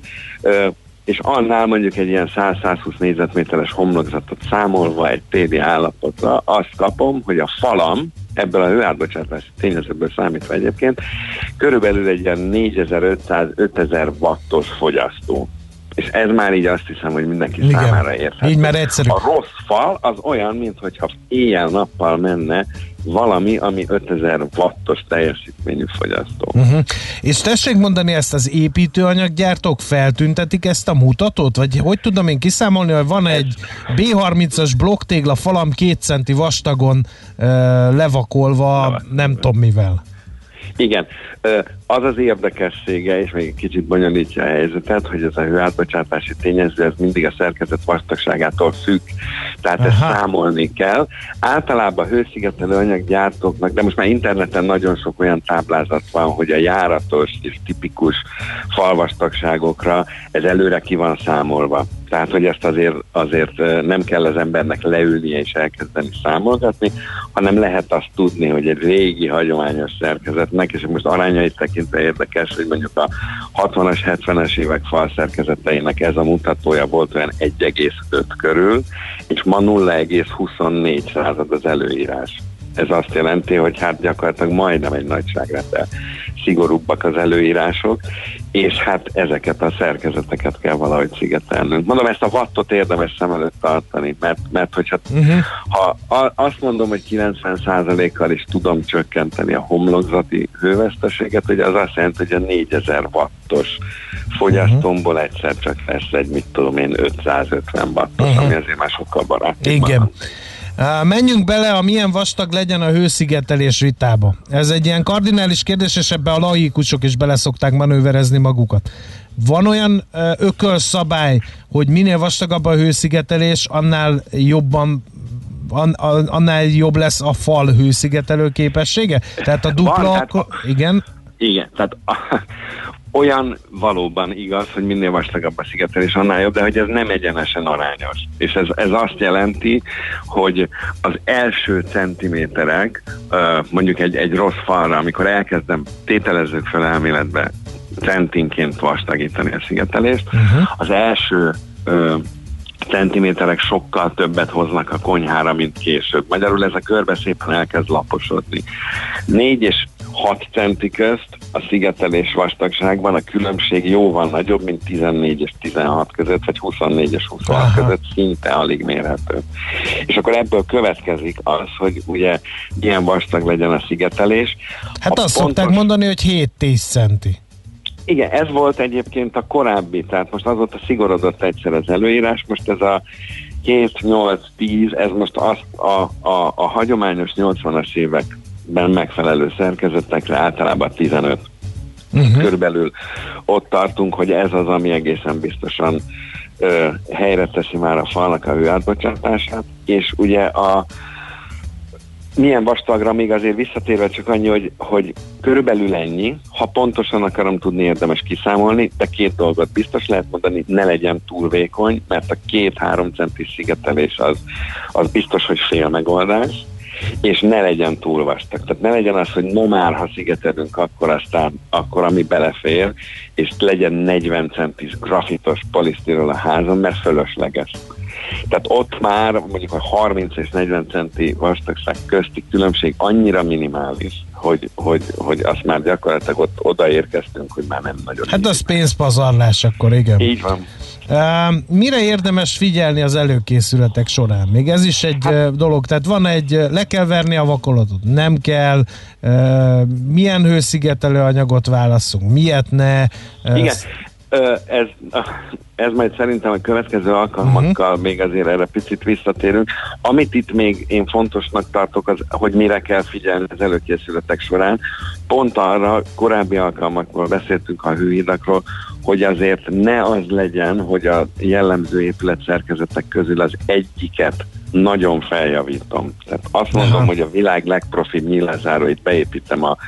és annál mondjuk egy ilyen 100-120 négyzetméteres homlokzatot számolva egy TD állapotra azt kapom, hogy a falam, ebből a hőátbocsátási tényezőből számítva egyébként, körülbelül egy ilyen 4500-5000 wattos fogyasztó. És ez már így azt hiszem, hogy mindenki számára érthető. Így már egyszerű. A rossz fal az olyan, mintha éjjel-nappal menne valami, ami 5000 wattos teljesítményű fogyasztó. És tessék mondani, ezt az építőanyaggyártók feltüntetik ezt a mutatót? Vagy hogy tudom én kiszámolni, hogy van egy B30-as blokktégla falam 2 centi vastagon levakolva, nem tudom mivel. Igen, az az érdekessége, és még egy kicsit bonyolítja a helyzetet, hogy ez a hőátbocsátási tényező, ez mindig a szerkezet vastagságától függ, tehát ezt számolni kell. Általában hőszigetelő anyaggyártóknak, de most már interneten nagyon sok olyan táblázat van, hogy a járatos és tipikus falvastagságokra ez előre ki van számolva. Tehát, hogy ezt azért nem kell az embernek leülnie és elkezdeni számolgatni, hanem lehet azt tudni, hogy egy régi, hagyományos szerkezetnek, és most arányait tekintve érdekes, hogy mondjuk a 60-as, 70-es évek falszerkezeteinek ez a mutatója volt olyan 1,5 körül, és ma 0,24 az előírás. Ez azt jelenti, hogy hát gyakorlatilag majdnem egy nagyságrenddel szigorúbbak az előírások, és hát ezeket a szerkezeteket kell valahogy szigetelnünk. Mondom, ezt a wattot érdemes szem előtt tartani, mert hogyha ha azt mondom, hogy 90%-kal is tudom csökkenteni a homlokzati hőveszteséget, ugye az azt jelenti, hogy a 4000 wattos fogyasztómból egyszer csak lesz egy, mit tudom én, 550 wattos, ami azért már sokkal barátabb. Igen. Menjünk bele a milyen vastag legyen a hőszigetelés vitába. Ez egy ilyen kardinális kérdés, és ebbe a laikusok is bele szokták manőverezni magukat. Van olyan ökölszabály, hogy minél vastagabb a hőszigetelés, annál jobb lesz a fal hőszigetelő képessége? Tehát a dupla... Igen? Igen, tehát olyan valóban igaz, hogy minél vastagabb a szigetelés, annál jobb, de hogy ez nem egyenesen arányos. És ez azt jelenti, hogy az első centiméterek, mondjuk egy rossz falra, amikor elkezdem, tételezzük fel elméletbe, centinként vastagítani a szigetelést, az első centiméterek sokkal többet hoznak a konyhára, mint később. Magyarul ez a körbe szépen elkezd laposodni. 4 és 6 centi közt a szigetelés vastagságban a különbség jóval nagyobb, mint 14 és 16 között, vagy 24 és 26 között, szinte alig mérhető. És akkor ebből következik az, hogy ugye milyen vastag legyen a szigetelés. Hát azt szokták mondani, hogy 7-10 centi. Igen, ez volt egyébként a korábbi, tehát most azóta szigorodott egyszer az előírás, most ez a 7-8-10, ez most a hagyományos 80-as években megfelelő szerkezetekre általában 15. Körülbelül ott tartunk, hogy ez az, ami egészen biztosan helyre teszi már a falnak a hőátbocsátását, és ugye milyen vastagra még azért visszatérve csak annyi, hogy körülbelül ennyi, ha pontosan akarom tudni, érdemes kiszámolni, de 2 dolgot biztos lehet mondani, ne legyen túl vékony, mert a 2-3 centis szigetelés az biztos, hogy fél megoldás, és ne legyen túl vastag. Tehát ne legyen az, hogy no már, ha szigetelünk, akkor ami belefér, és legyen 40 centis grafitos polisztirol a házon, mert fölösleges. Tehát ott már mondjuk a 30 és 40 centi vastagság közti különbség annyira minimális, hogy azt már gyakorlatilag ott odaérkeztünk, hogy már nem nagyon. Hát az pénzpazarlás akkor, igen. Így van. Mire érdemes figyelni az előkészületek során? Még ez is egy dolog, tehát van le kell verni a vakolatot, nem kell, milyen hőszigetelő anyagot válasszunk, miért ne? Igen, ez majd szerintem a következő alkalmakkal még azért erre picit visszatérünk. Amit itt még én fontosnak tartok, az, hogy mire kell figyelni az előkészületek során. Pont arra korábbi alkalmakból beszéltünk a hőhidakról, hogy azért ne az legyen, hogy a jellemző épületszerkezetek közül az egyiket nagyon feljavítom. Tehát azt mondom, hogy a világ legprofibb nyílászáróit beépítem a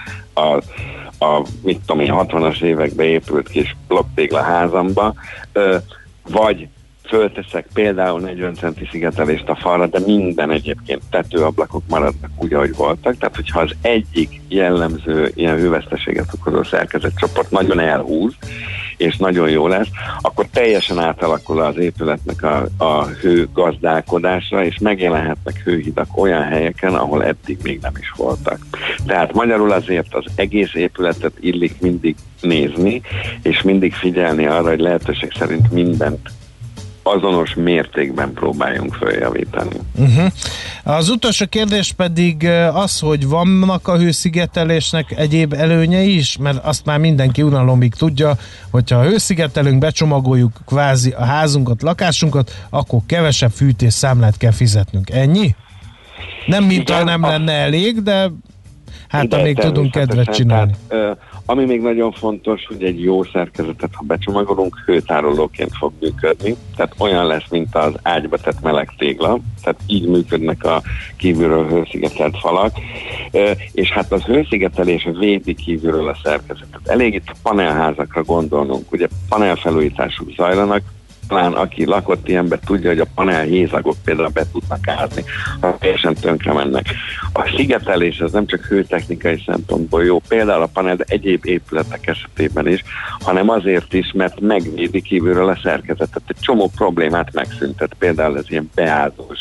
60-as években épült kis blokktégla házamba, vagy fölteszek például 40 centi szigetelést a falra, de minden egyébként tetőablakok maradnak úgy, ahogy voltak. Tehát, hogyha az egyik jellemző ilyen hőveszteséget okozó szerkezetcsoport nagyon elhúz, és nagyon jó lesz, akkor teljesen átalakul az épületnek a hő gazdálkodása, és megjelenhetnek hőhidak olyan helyeken, ahol eddig még nem is voltak. Tehát magyarul azért az egész épületet illik mindig nézni, és mindig figyelni arra, hogy lehetőség szerint mindent azonos mértékben próbáljunk följavítani. Az utolsó kérdés pedig az, hogy vannak a hőszigetelésnek egyéb előnyei is, mert azt már mindenki unalomig tudja, hogyha hőszigetelünk, becsomagoljuk kvázi a házunkat, lakásunkat, akkor kevesebb fűtésszámlát kell fizetnünk. Ennyi? Nem mintha nem lenne elég, de hát még tudunk kedvet csinálni. Tehát, ami még nagyon fontos, hogy egy jó szerkezetet, ha becsomagolunk, hőtárolóként fog működni. Tehát olyan lesz, mint az ágyba tett meleg tégla. Tehát így működnek a kívülről hőszigetelt falak. És hát az hőszigetelés védi kívülről a szerkezetet. Elég itt a panelházakra gondolnunk. Ugye panelfelújítások zajlanak, talán aki lakott ilyenben tudja, hogy a panelhézagok például be tudnak állni, ha teljesen tönkre mennek. A szigetelés az nem csak hőtechnikai szempontból jó, például a panel, de egyéb épületek esetében is, hanem azért is, mert megvédi kívülről a szerkezetet. Egy csomó problémát megszüntet, például ez ilyen beállós,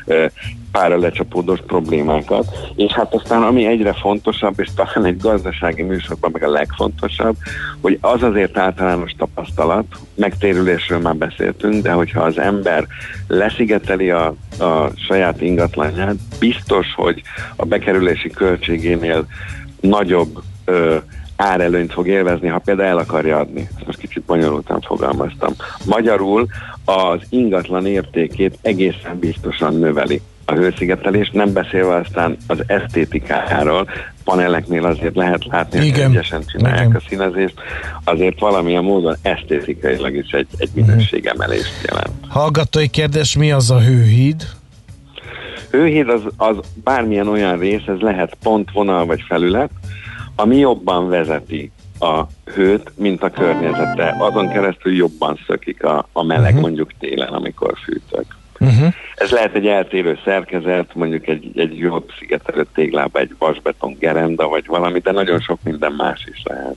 pára lecsapódós problémákat, és hát aztán ami egyre fontosabb, és talán egy gazdasági műsorban meg a legfontosabb, hogy az azért általános tapasztalat, megtérülésről már beszéltünk, de hogyha az ember leszigeteli a saját ingatlanját, biztos, hogy a bekerülési költségénél nagyobb árelőnyt fog élvezni, ha például el akarja adni. Ezt most kicsit bonyolultan fogalmaztam. Magyarul az ingatlan értékét egészen biztosan növeli. a hőszigetelés, nem beszélve aztán az esztétikájáról. Paneleknél azért lehet látni, hogy egyesen csinálják a színezést, azért valamilyen módon esztétikailag is egy minőségemelést jelent. Hallgatói kérdés, mi az a hőhíd? Hőhíd az bármilyen olyan rész, ez lehet pontvonal vagy felület, ami jobban vezeti a hőt, mint a környezete. Azon keresztül jobban szökik a meleg, mondjuk télen, amikor fűtök. Ez lehet egy eltérő szerkezet, mondjuk egy jobb szigetelő téglába, egy vasbeton gerenda, vagy valami, de nagyon sok minden más is lehet.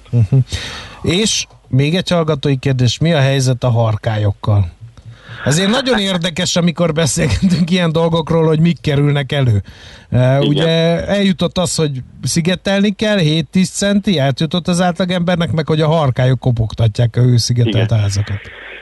És még egy hallgatói kérdés, mi a helyzet a harkályokkal? Ezért nagyon érdekes, amikor beszélgetünk ilyen dolgokról, hogy mik kerülnek elő. Ugye eljutott az, hogy szigetelni kell, 7-10 centi, eljutott az átlagembernek, meg hogy a harkályok kopogtatják a hőszigetelt házakat.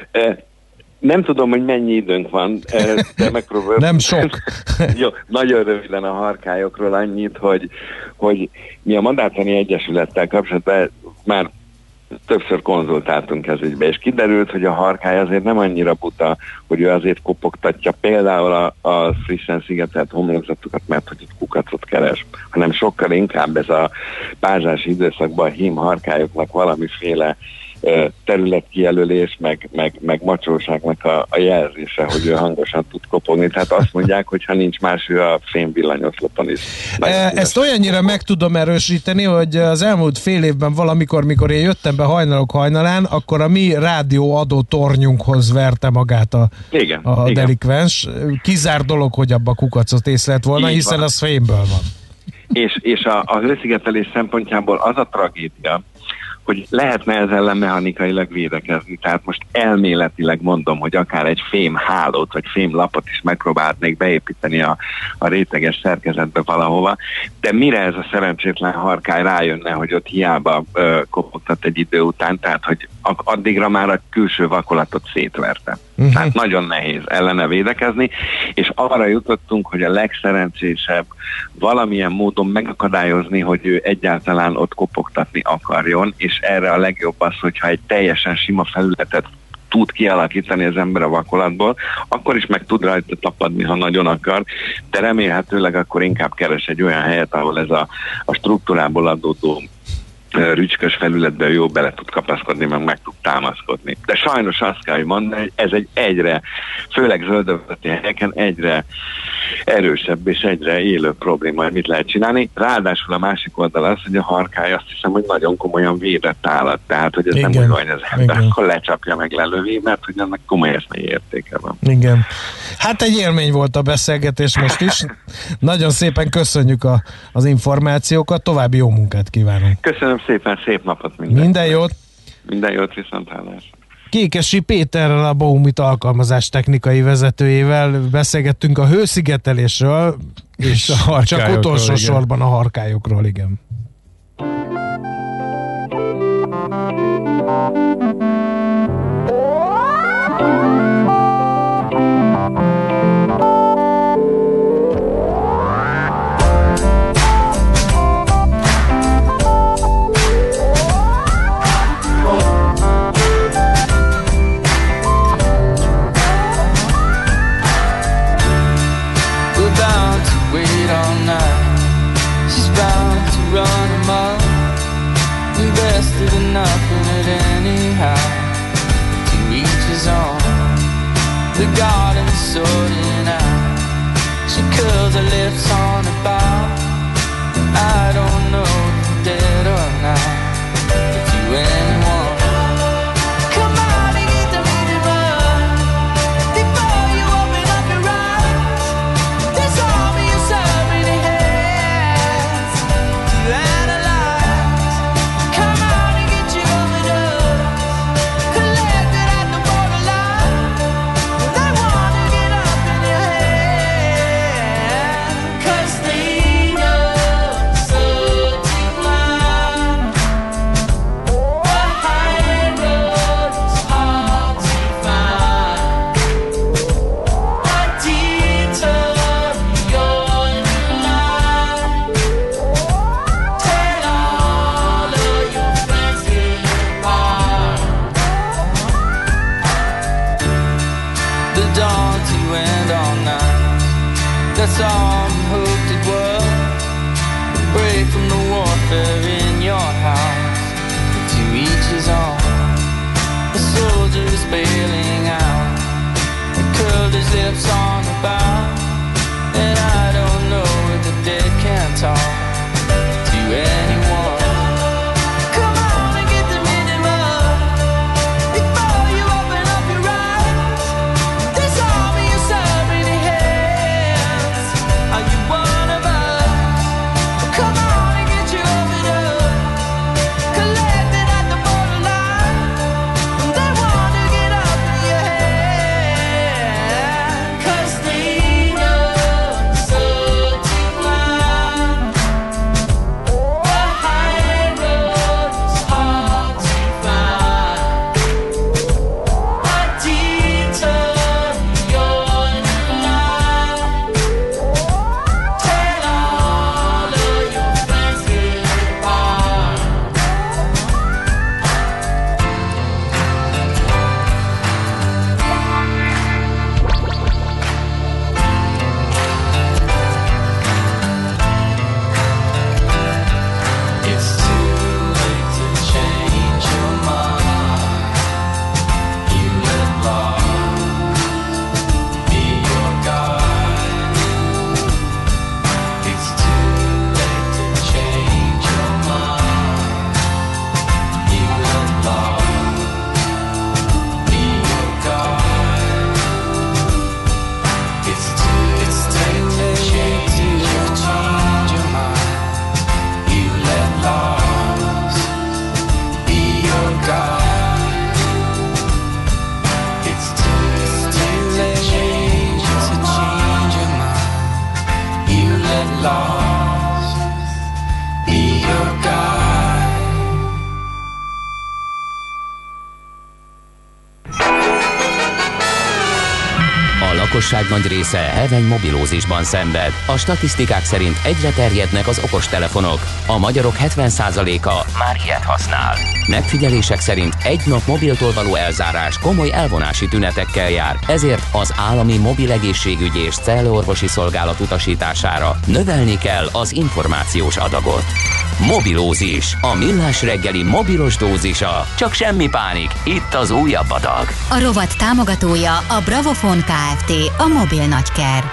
Nem tudom, hogy mennyi időnk van, de megpróbálom. Nem sok. Jó, nagyon röviden a harkályokról annyit, hogy mi a Madártani Egyesülettel kapcsolatban már többször konzultáltunk ez ügybe, és kiderült, hogy a harkály azért nem annyira buta, hogy ő azért kopogtatja például a frissen szigetelt homlokzatokat, mert hogy itt kukacot keres, hanem sokkal inkább ez a pázsási időszakban a hím harkályoknak valamiféle területkijelölés, meg macsóságnak a jelzése, hogy ő hangosan tud kopogni. Tehát azt mondják, hogy ha nincs más, ő a fémvillanyoszlopon is. Ezt olyannyira meg tudom erősíteni, hogy az elmúlt fél évben valamikor, mikor én jöttem be hajnalok hajnalán, akkor a mi rádióadó tornyunkhoz verte magát a delikvens. Kizár dolog, hogy abba kukacot észlelt volna, így hiszen van. Az fémből van. És a hőszigetelés szempontjából az a tragédia, hogy lehetne ez ellen mechanikailag védekezni. Tehát most elméletileg mondom, hogy akár egy fém hálót, vagy fém lapot is megpróbálnék beépíteni a réteges szerkezetbe valahova, de mire ez a szerencsétlen harkály rájönne, hogy ott hiába kopogtat egy idő után, tehát hogy addigra már a külső vakolatot szétverte. Tehát nagyon nehéz ellene védekezni, és arra jutottunk, hogy a legszerencsésebb valamilyen módon megakadályozni, hogy ő egyáltalán ott kopogtatni akarjon, és erre a legjobb az, hogyha egy teljesen sima felületet tud kialakítani az ember a vakolatból, akkor is meg tud rajta tapadni, ha nagyon akar, de remélhetőleg akkor inkább keres egy olyan helyet, ahol ez a struktúrából adódó rücskös felületben jó bele tud kapaszkodni, meg tud támaszkodni. De sajnos azt kell, hogy mondani, hogy ez egy egyre, főleg zöldöveti helyeken egyre erősebb és egyre élő probléma, hogy mit lehet csinálni. Ráadásul a másik oldal az, hogy a harkály azt hiszem, hogy nagyon komolyan védett állat, tehát hogy ez nem úgy van, hogy az ember akkor lecsapja meg lelövi, mert hogy annak komoly eszmei értéke van. Igen. Hát egy élmény volt a beszélgetés most is. Nagyon szépen köszönjük az információkat, további jó munkát kívánunk. Köszönöm szépen, szép napot mindenkinek. Minden jót! Minden jót, viszonthallásra. Kékesi Péterrel, a Baumit alkalmazás technikai vezetőjével beszélgettünk a hőszigetelésről, és csak utolsó sorban a harkályokról, igen. The garden's sorting out. She curls her lips on a bar. I don't know if you're dead or not. If you anyone, come on and get the leading run before you open up your eyes. There's all me yourself in your hands to analyze. Come on and get your overdose collected at the borderline. So lakosság nagy része heveny mobilózisban szenved. A statisztikák szerint egyre terjednek az okostelefonok. A magyarok 70%-a már ilyet használ. Megfigyelések szerint egy nap mobiltól való elzárás komoly elvonási tünetekkel jár, ezért az állami mobil egészségügyi és cellorvosi szolgálat utasítására növelni kell az információs adagot. Mobilózis, a millás reggeli mobilos dózisa. Csak semmi pánik, itt az újabb adag. A rovat támogatója a Bravofon Kft. A mobil nagyker.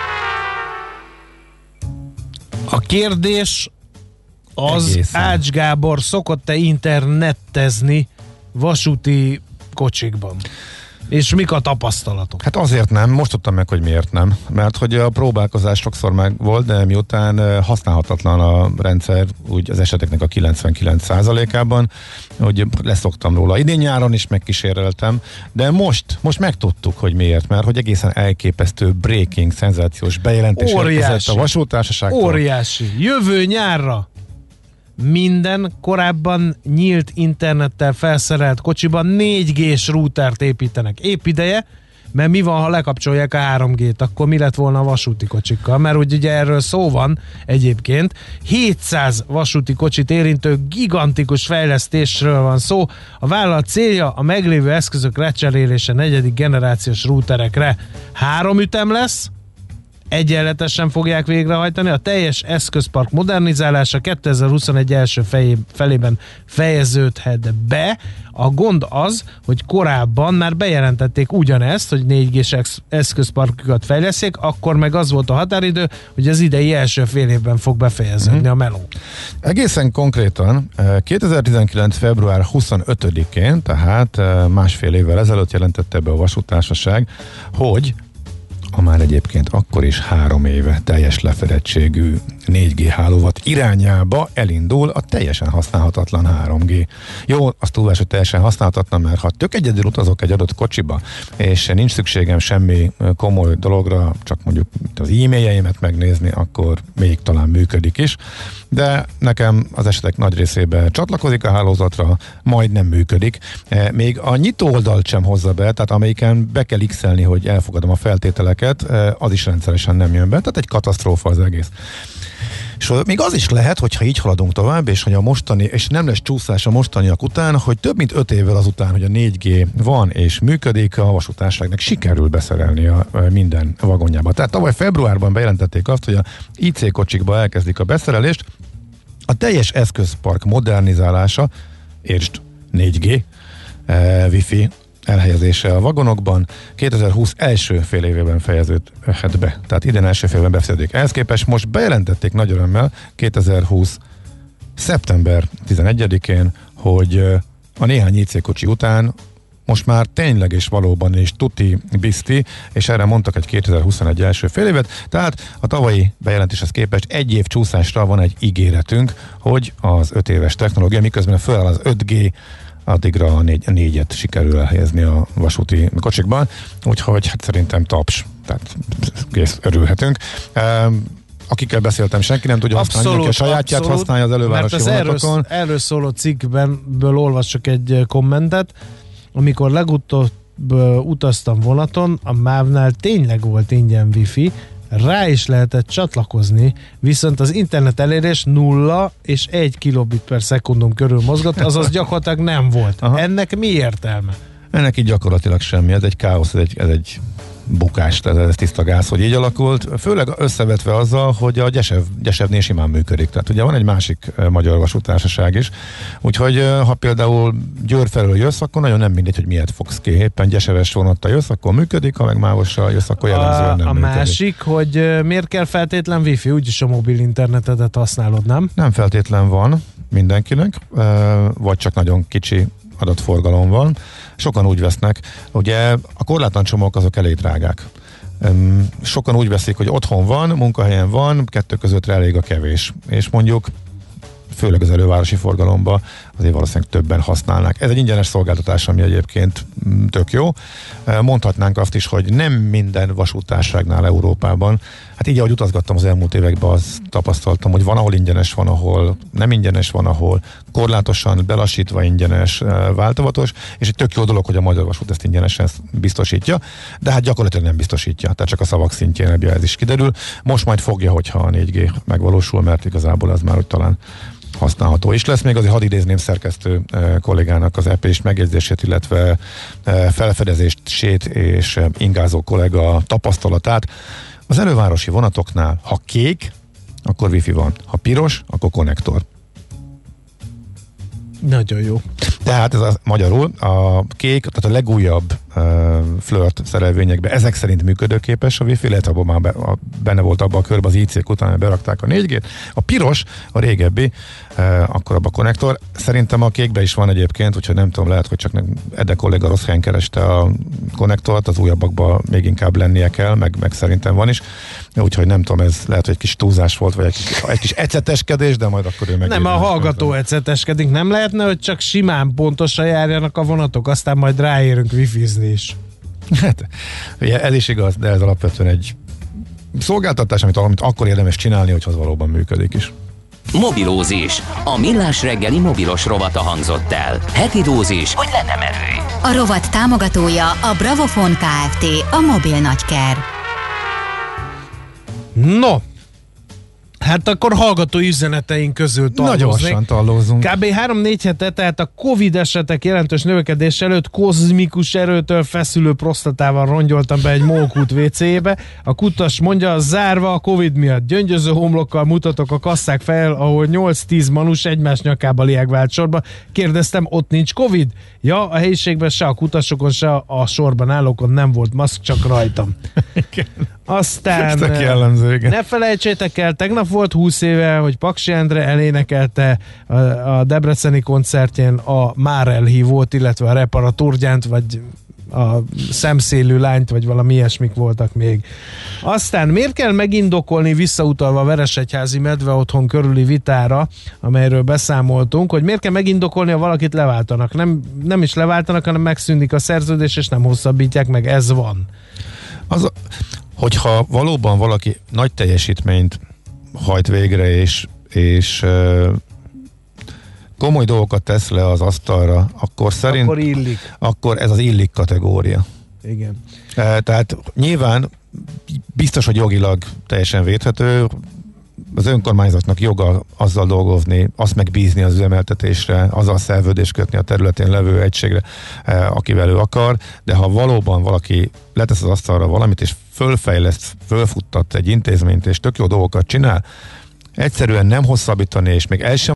A kérdés az, egészen. Ács Gábor szokott-e internettezni vasúti kocsikban? És mik a tapasztalatok? Hát azért nem, most tudtam meg, hogy miért nem. Mert hogy a próbálkozás sokszor meg volt, de miután használhatatlan a rendszer, úgy az eseteknek a 99%-ában, hogy leszoktam róla. Idén nyáron is megkíséreltem, de most megtudtuk, hogy miért, mert hogy egészen elképesztő breaking, szenzációs bejelentés érkezett a vasúttársaságtól. Óriási. Jövő nyárra minden korábban nyílt internettel felszerelt kocsiban 4G-s routert építenek. Épp ideje, mert mi van, ha lekapcsolják a 3G-t, akkor mi lett volna a vasúti kocsikkal? Mert ugye erről szó van egyébként. 700 vasúti kocsit érintő gigantikus fejlesztésről van szó. A vállalat célja a meglévő eszközök lecserélése 4. generációs routerekre. 3 ütem lesz, egyenletesen fogják végrehajtani, a teljes eszközpark modernizálása 2021 első felében fejeződhet be. A gond az, hogy korábban már bejelentették ugyanezt, hogy 4G-s eszközparkokat fejleszék, akkor meg az volt a határidő, hogy az idei első fél évben fog befejeződni a meló. Egészen konkrétan 2019. február 25-én, tehát másfél évvel ezelőtt jelentette be a vasúttársaság, hogy a már egyébként akkor is 3 éve teljes lefedettségű 4G hálózat irányába elindul a teljesen használhatatlan 3G. Jó, az túlvás, hogy teljesen használhatatlan, mert ha tök egyedül utazok egy adott kocsiba, és nincs szükségem semmi komoly dologra, csak mondjuk az e-mailjeimet megnézni, akkor még talán működik is, de nekem az esetek nagy részében csatlakozik a hálózatra, majd nem működik. Még a nyitó oldalt sem hozza be, tehát amelyiken be kell x-elni, hogy elfogadom a feltételeket, az is rendszeresen nem jön be, tehát egy katasztrófa az egész. És még az is lehet, hogyha így haladunk tovább, és hogy a mostani, és nem lesz csúszás a mostaniak után, hogy több mint 5 évvel azután, hogy a 4G van és működik, a vasútársaságnak sikerül beszerelni a minden vagonjába. Tehát tavaly februárban bejelentették azt, hogy a IC kocsikba elkezdik a beszerelést, a teljes eszközpark modernizálása, értsd 4G, Wi-Fi elhelyezése a vagonokban 2020 első fél évében fejeződhet be. Tehát idén első fél évben befejeződik. Ehhez képest most bejelentették nagy örömmel 2020 szeptember 11-én, hogy a néhány IC kocsi után most már tényleg és valóban is tuti bizti, és erre mondtak egy 2021 első fél évet, tehát a tavalyi bejelentéshez képest 1 év csúszásra van egy ígéretünk, hogy az 5 éves technológia, miközben föláll az 5G, addigra a 4-et sikerül elhelyezni a vasúti kocsikban, úgyhogy hát szerintem taps, tehát kész, örülhetünk. Akikkel beszéltem, senki nem tudja használni, a sajátját használja az elővárosi vonatokon. Erről szóló cikkből olvasok egy kommentet, amikor legutóbb utaztam vonaton, a MÁV-nál tényleg volt ingyen wifi, rá is lehetett csatlakozni, viszont az internet elérés 0 és 1 kilobit per szekundum körül mozgott, azaz gyakorlatilag nem volt. Aha. Ennek mi értelme? Ennek így gyakorlatilag semmi, ez egy káosz, ez egy bukás, ez tiszta gáz, hogy így alakult, főleg összevetve azzal, hogy a Gyesevnél simán működik. Tehát ugye van egy másik magyar vasútársaság is, úgyhogy ha például Győr felől jössz, akkor nagyon nem mindegy, hogy miért fogsz ki. Éppen Gyeseves vonattal jössz, akkor működik, ha meg Mávossal jössz, akkor jellemzően nem működik. A másik, hogy miért kell feltétlen wifi, úgyis a mobil internetet használod, nem? Nem feltétlen van mindenkinek, vagy csak nagyon kicsi adatforgalom van. Sokan úgy vesznek, ugye a korlátlan csomók azok elég drágák. Sokan úgy veszik, hogy otthon van, munkahelyen van, 2 közöttre elég a kevés. És mondjuk főleg az elővárosi forgalomban azért valószínűleg többen használnák. Ez egy ingyenes szolgáltatás, ami egyébként tök jó. Mondhatnánk azt is, hogy nem minden vasúttársaságnál Európában, hát Hát így, ahogy utazgattam az elmúlt években, azt tapasztaltam, hogy van, ahol ingyenes, van, ahol nem ingyenes, van, ahol korlátosan, belassítva ingyenes, változatos, és egy tök jó dolog, hogy a Magyar Vasút ezt ingyenesen biztosítja, de hát gyakorlatilag nem biztosítja, tehát csak a szavak szintjén ebből ez is kiderül. Most majd fogja, hogyha a 4G megvalósul, mert igazából ez már úgy talán használható is lesz. Még azért hadd idézném szerkesztő kollégának az EP-s megjegyzését, illetve felfedezését és ingázó kollega tapasztalatát. Az elővárosi vonatoknál, ha kék, akkor wifi van. Ha piros, akkor konnektor. Nagyon jó. Tehát ez magyarul a kék, tehát a legújabb flirt szerelvényekben ezek szerint működőképes a wifi, lehet, abban már benne volt abban a körben az IC-k után, berakták a 4G-t. A piros, a régebbi, akkor abban a konnektor. Szerintem a kékben is van egyébként, úgyhogy nem tudom, lehet, hogy csak Ede kolléga rossz helyen kereste a konnektort, az újabbakban még inkább lennie kell, meg szerintem van is. Úgyhogy nem tudom, ez lehet, hogy egy kis túlzás volt, vagy egy kis eceteskedés, de majd akkor ő meg. Nem, a hallgató eceteskedik. Nem lehetne, hogy csak simán pontosan járjanak a vonatok, aztán majd ráérünk wifizni is. Hát, ugye ez is igaz, de ez alapvetően egy szolgáltatás, amit akkor érdemes csinálni, hogy az valóban működik is. Mobilózis. A Millás reggeli mobilos rovata hangzott el. Heti dózis, hogy lenne merő. A rovat támogatója a Bravofon Kft. A mobil nagyker. No, hát akkor hallgatói üzeneteink közül találkoznék. Nagyon gyorsan tallózunk. Kb. 3-4 hete, tehát a Covid esetek jelentős növekedés előtt kozmikus erőtől feszülő prostatával rongyoltam be egy Molkút WC-be. A kutas mondja, zárva a Covid miatt. Gyöngyöző homlokkal mutatok a kasszák fel, ahol 8-10 manus egymás nyakába liegvált sorba. Kérdeztem, ott nincs Covid? Ja, a helyiségben se a kutasokon, se a sorban állókon nem volt maszk, csak rajtam. Aztán ne felejtsétek el, tegnap volt 20 éve, hogy Paksi Endre elénekelte a debreceni koncertjén a Már elhívót, illetve a Reparaturgyánt, vagy a Szemszélű lányt, vagy valami ilyesmik voltak még. Aztán miért kell megindokolni, visszautalva a Veresegyházi medve otthon körüli vitára, amelyről beszámoltunk, hogy miért kell megindokolni, ha valakit leváltanak. Nem is leváltanak, hanem megszűnik a szerződés, és nem hosszabbítják meg. Ez van. Hogyha valóban valaki nagy teljesítményt hajt végre, és komoly dolgokat tesz le az asztalra, akkor akkor ez az illik kategória. Igen. Tehát nyilván biztos, hogy jogilag teljesen védhető, az önkormányzatnak joga azzal dolgozni, azt megbízni az üzemeltetésre, azzal szerződést kötni a területén levő egységre, akivel ő akar, de ha valóban valaki letesz az asztalra valamit, és fölfejleszt, fölfuttat egy intézményt, és tök jó dolgokat csinál, egyszerűen nem hosszabbítani, és még el sem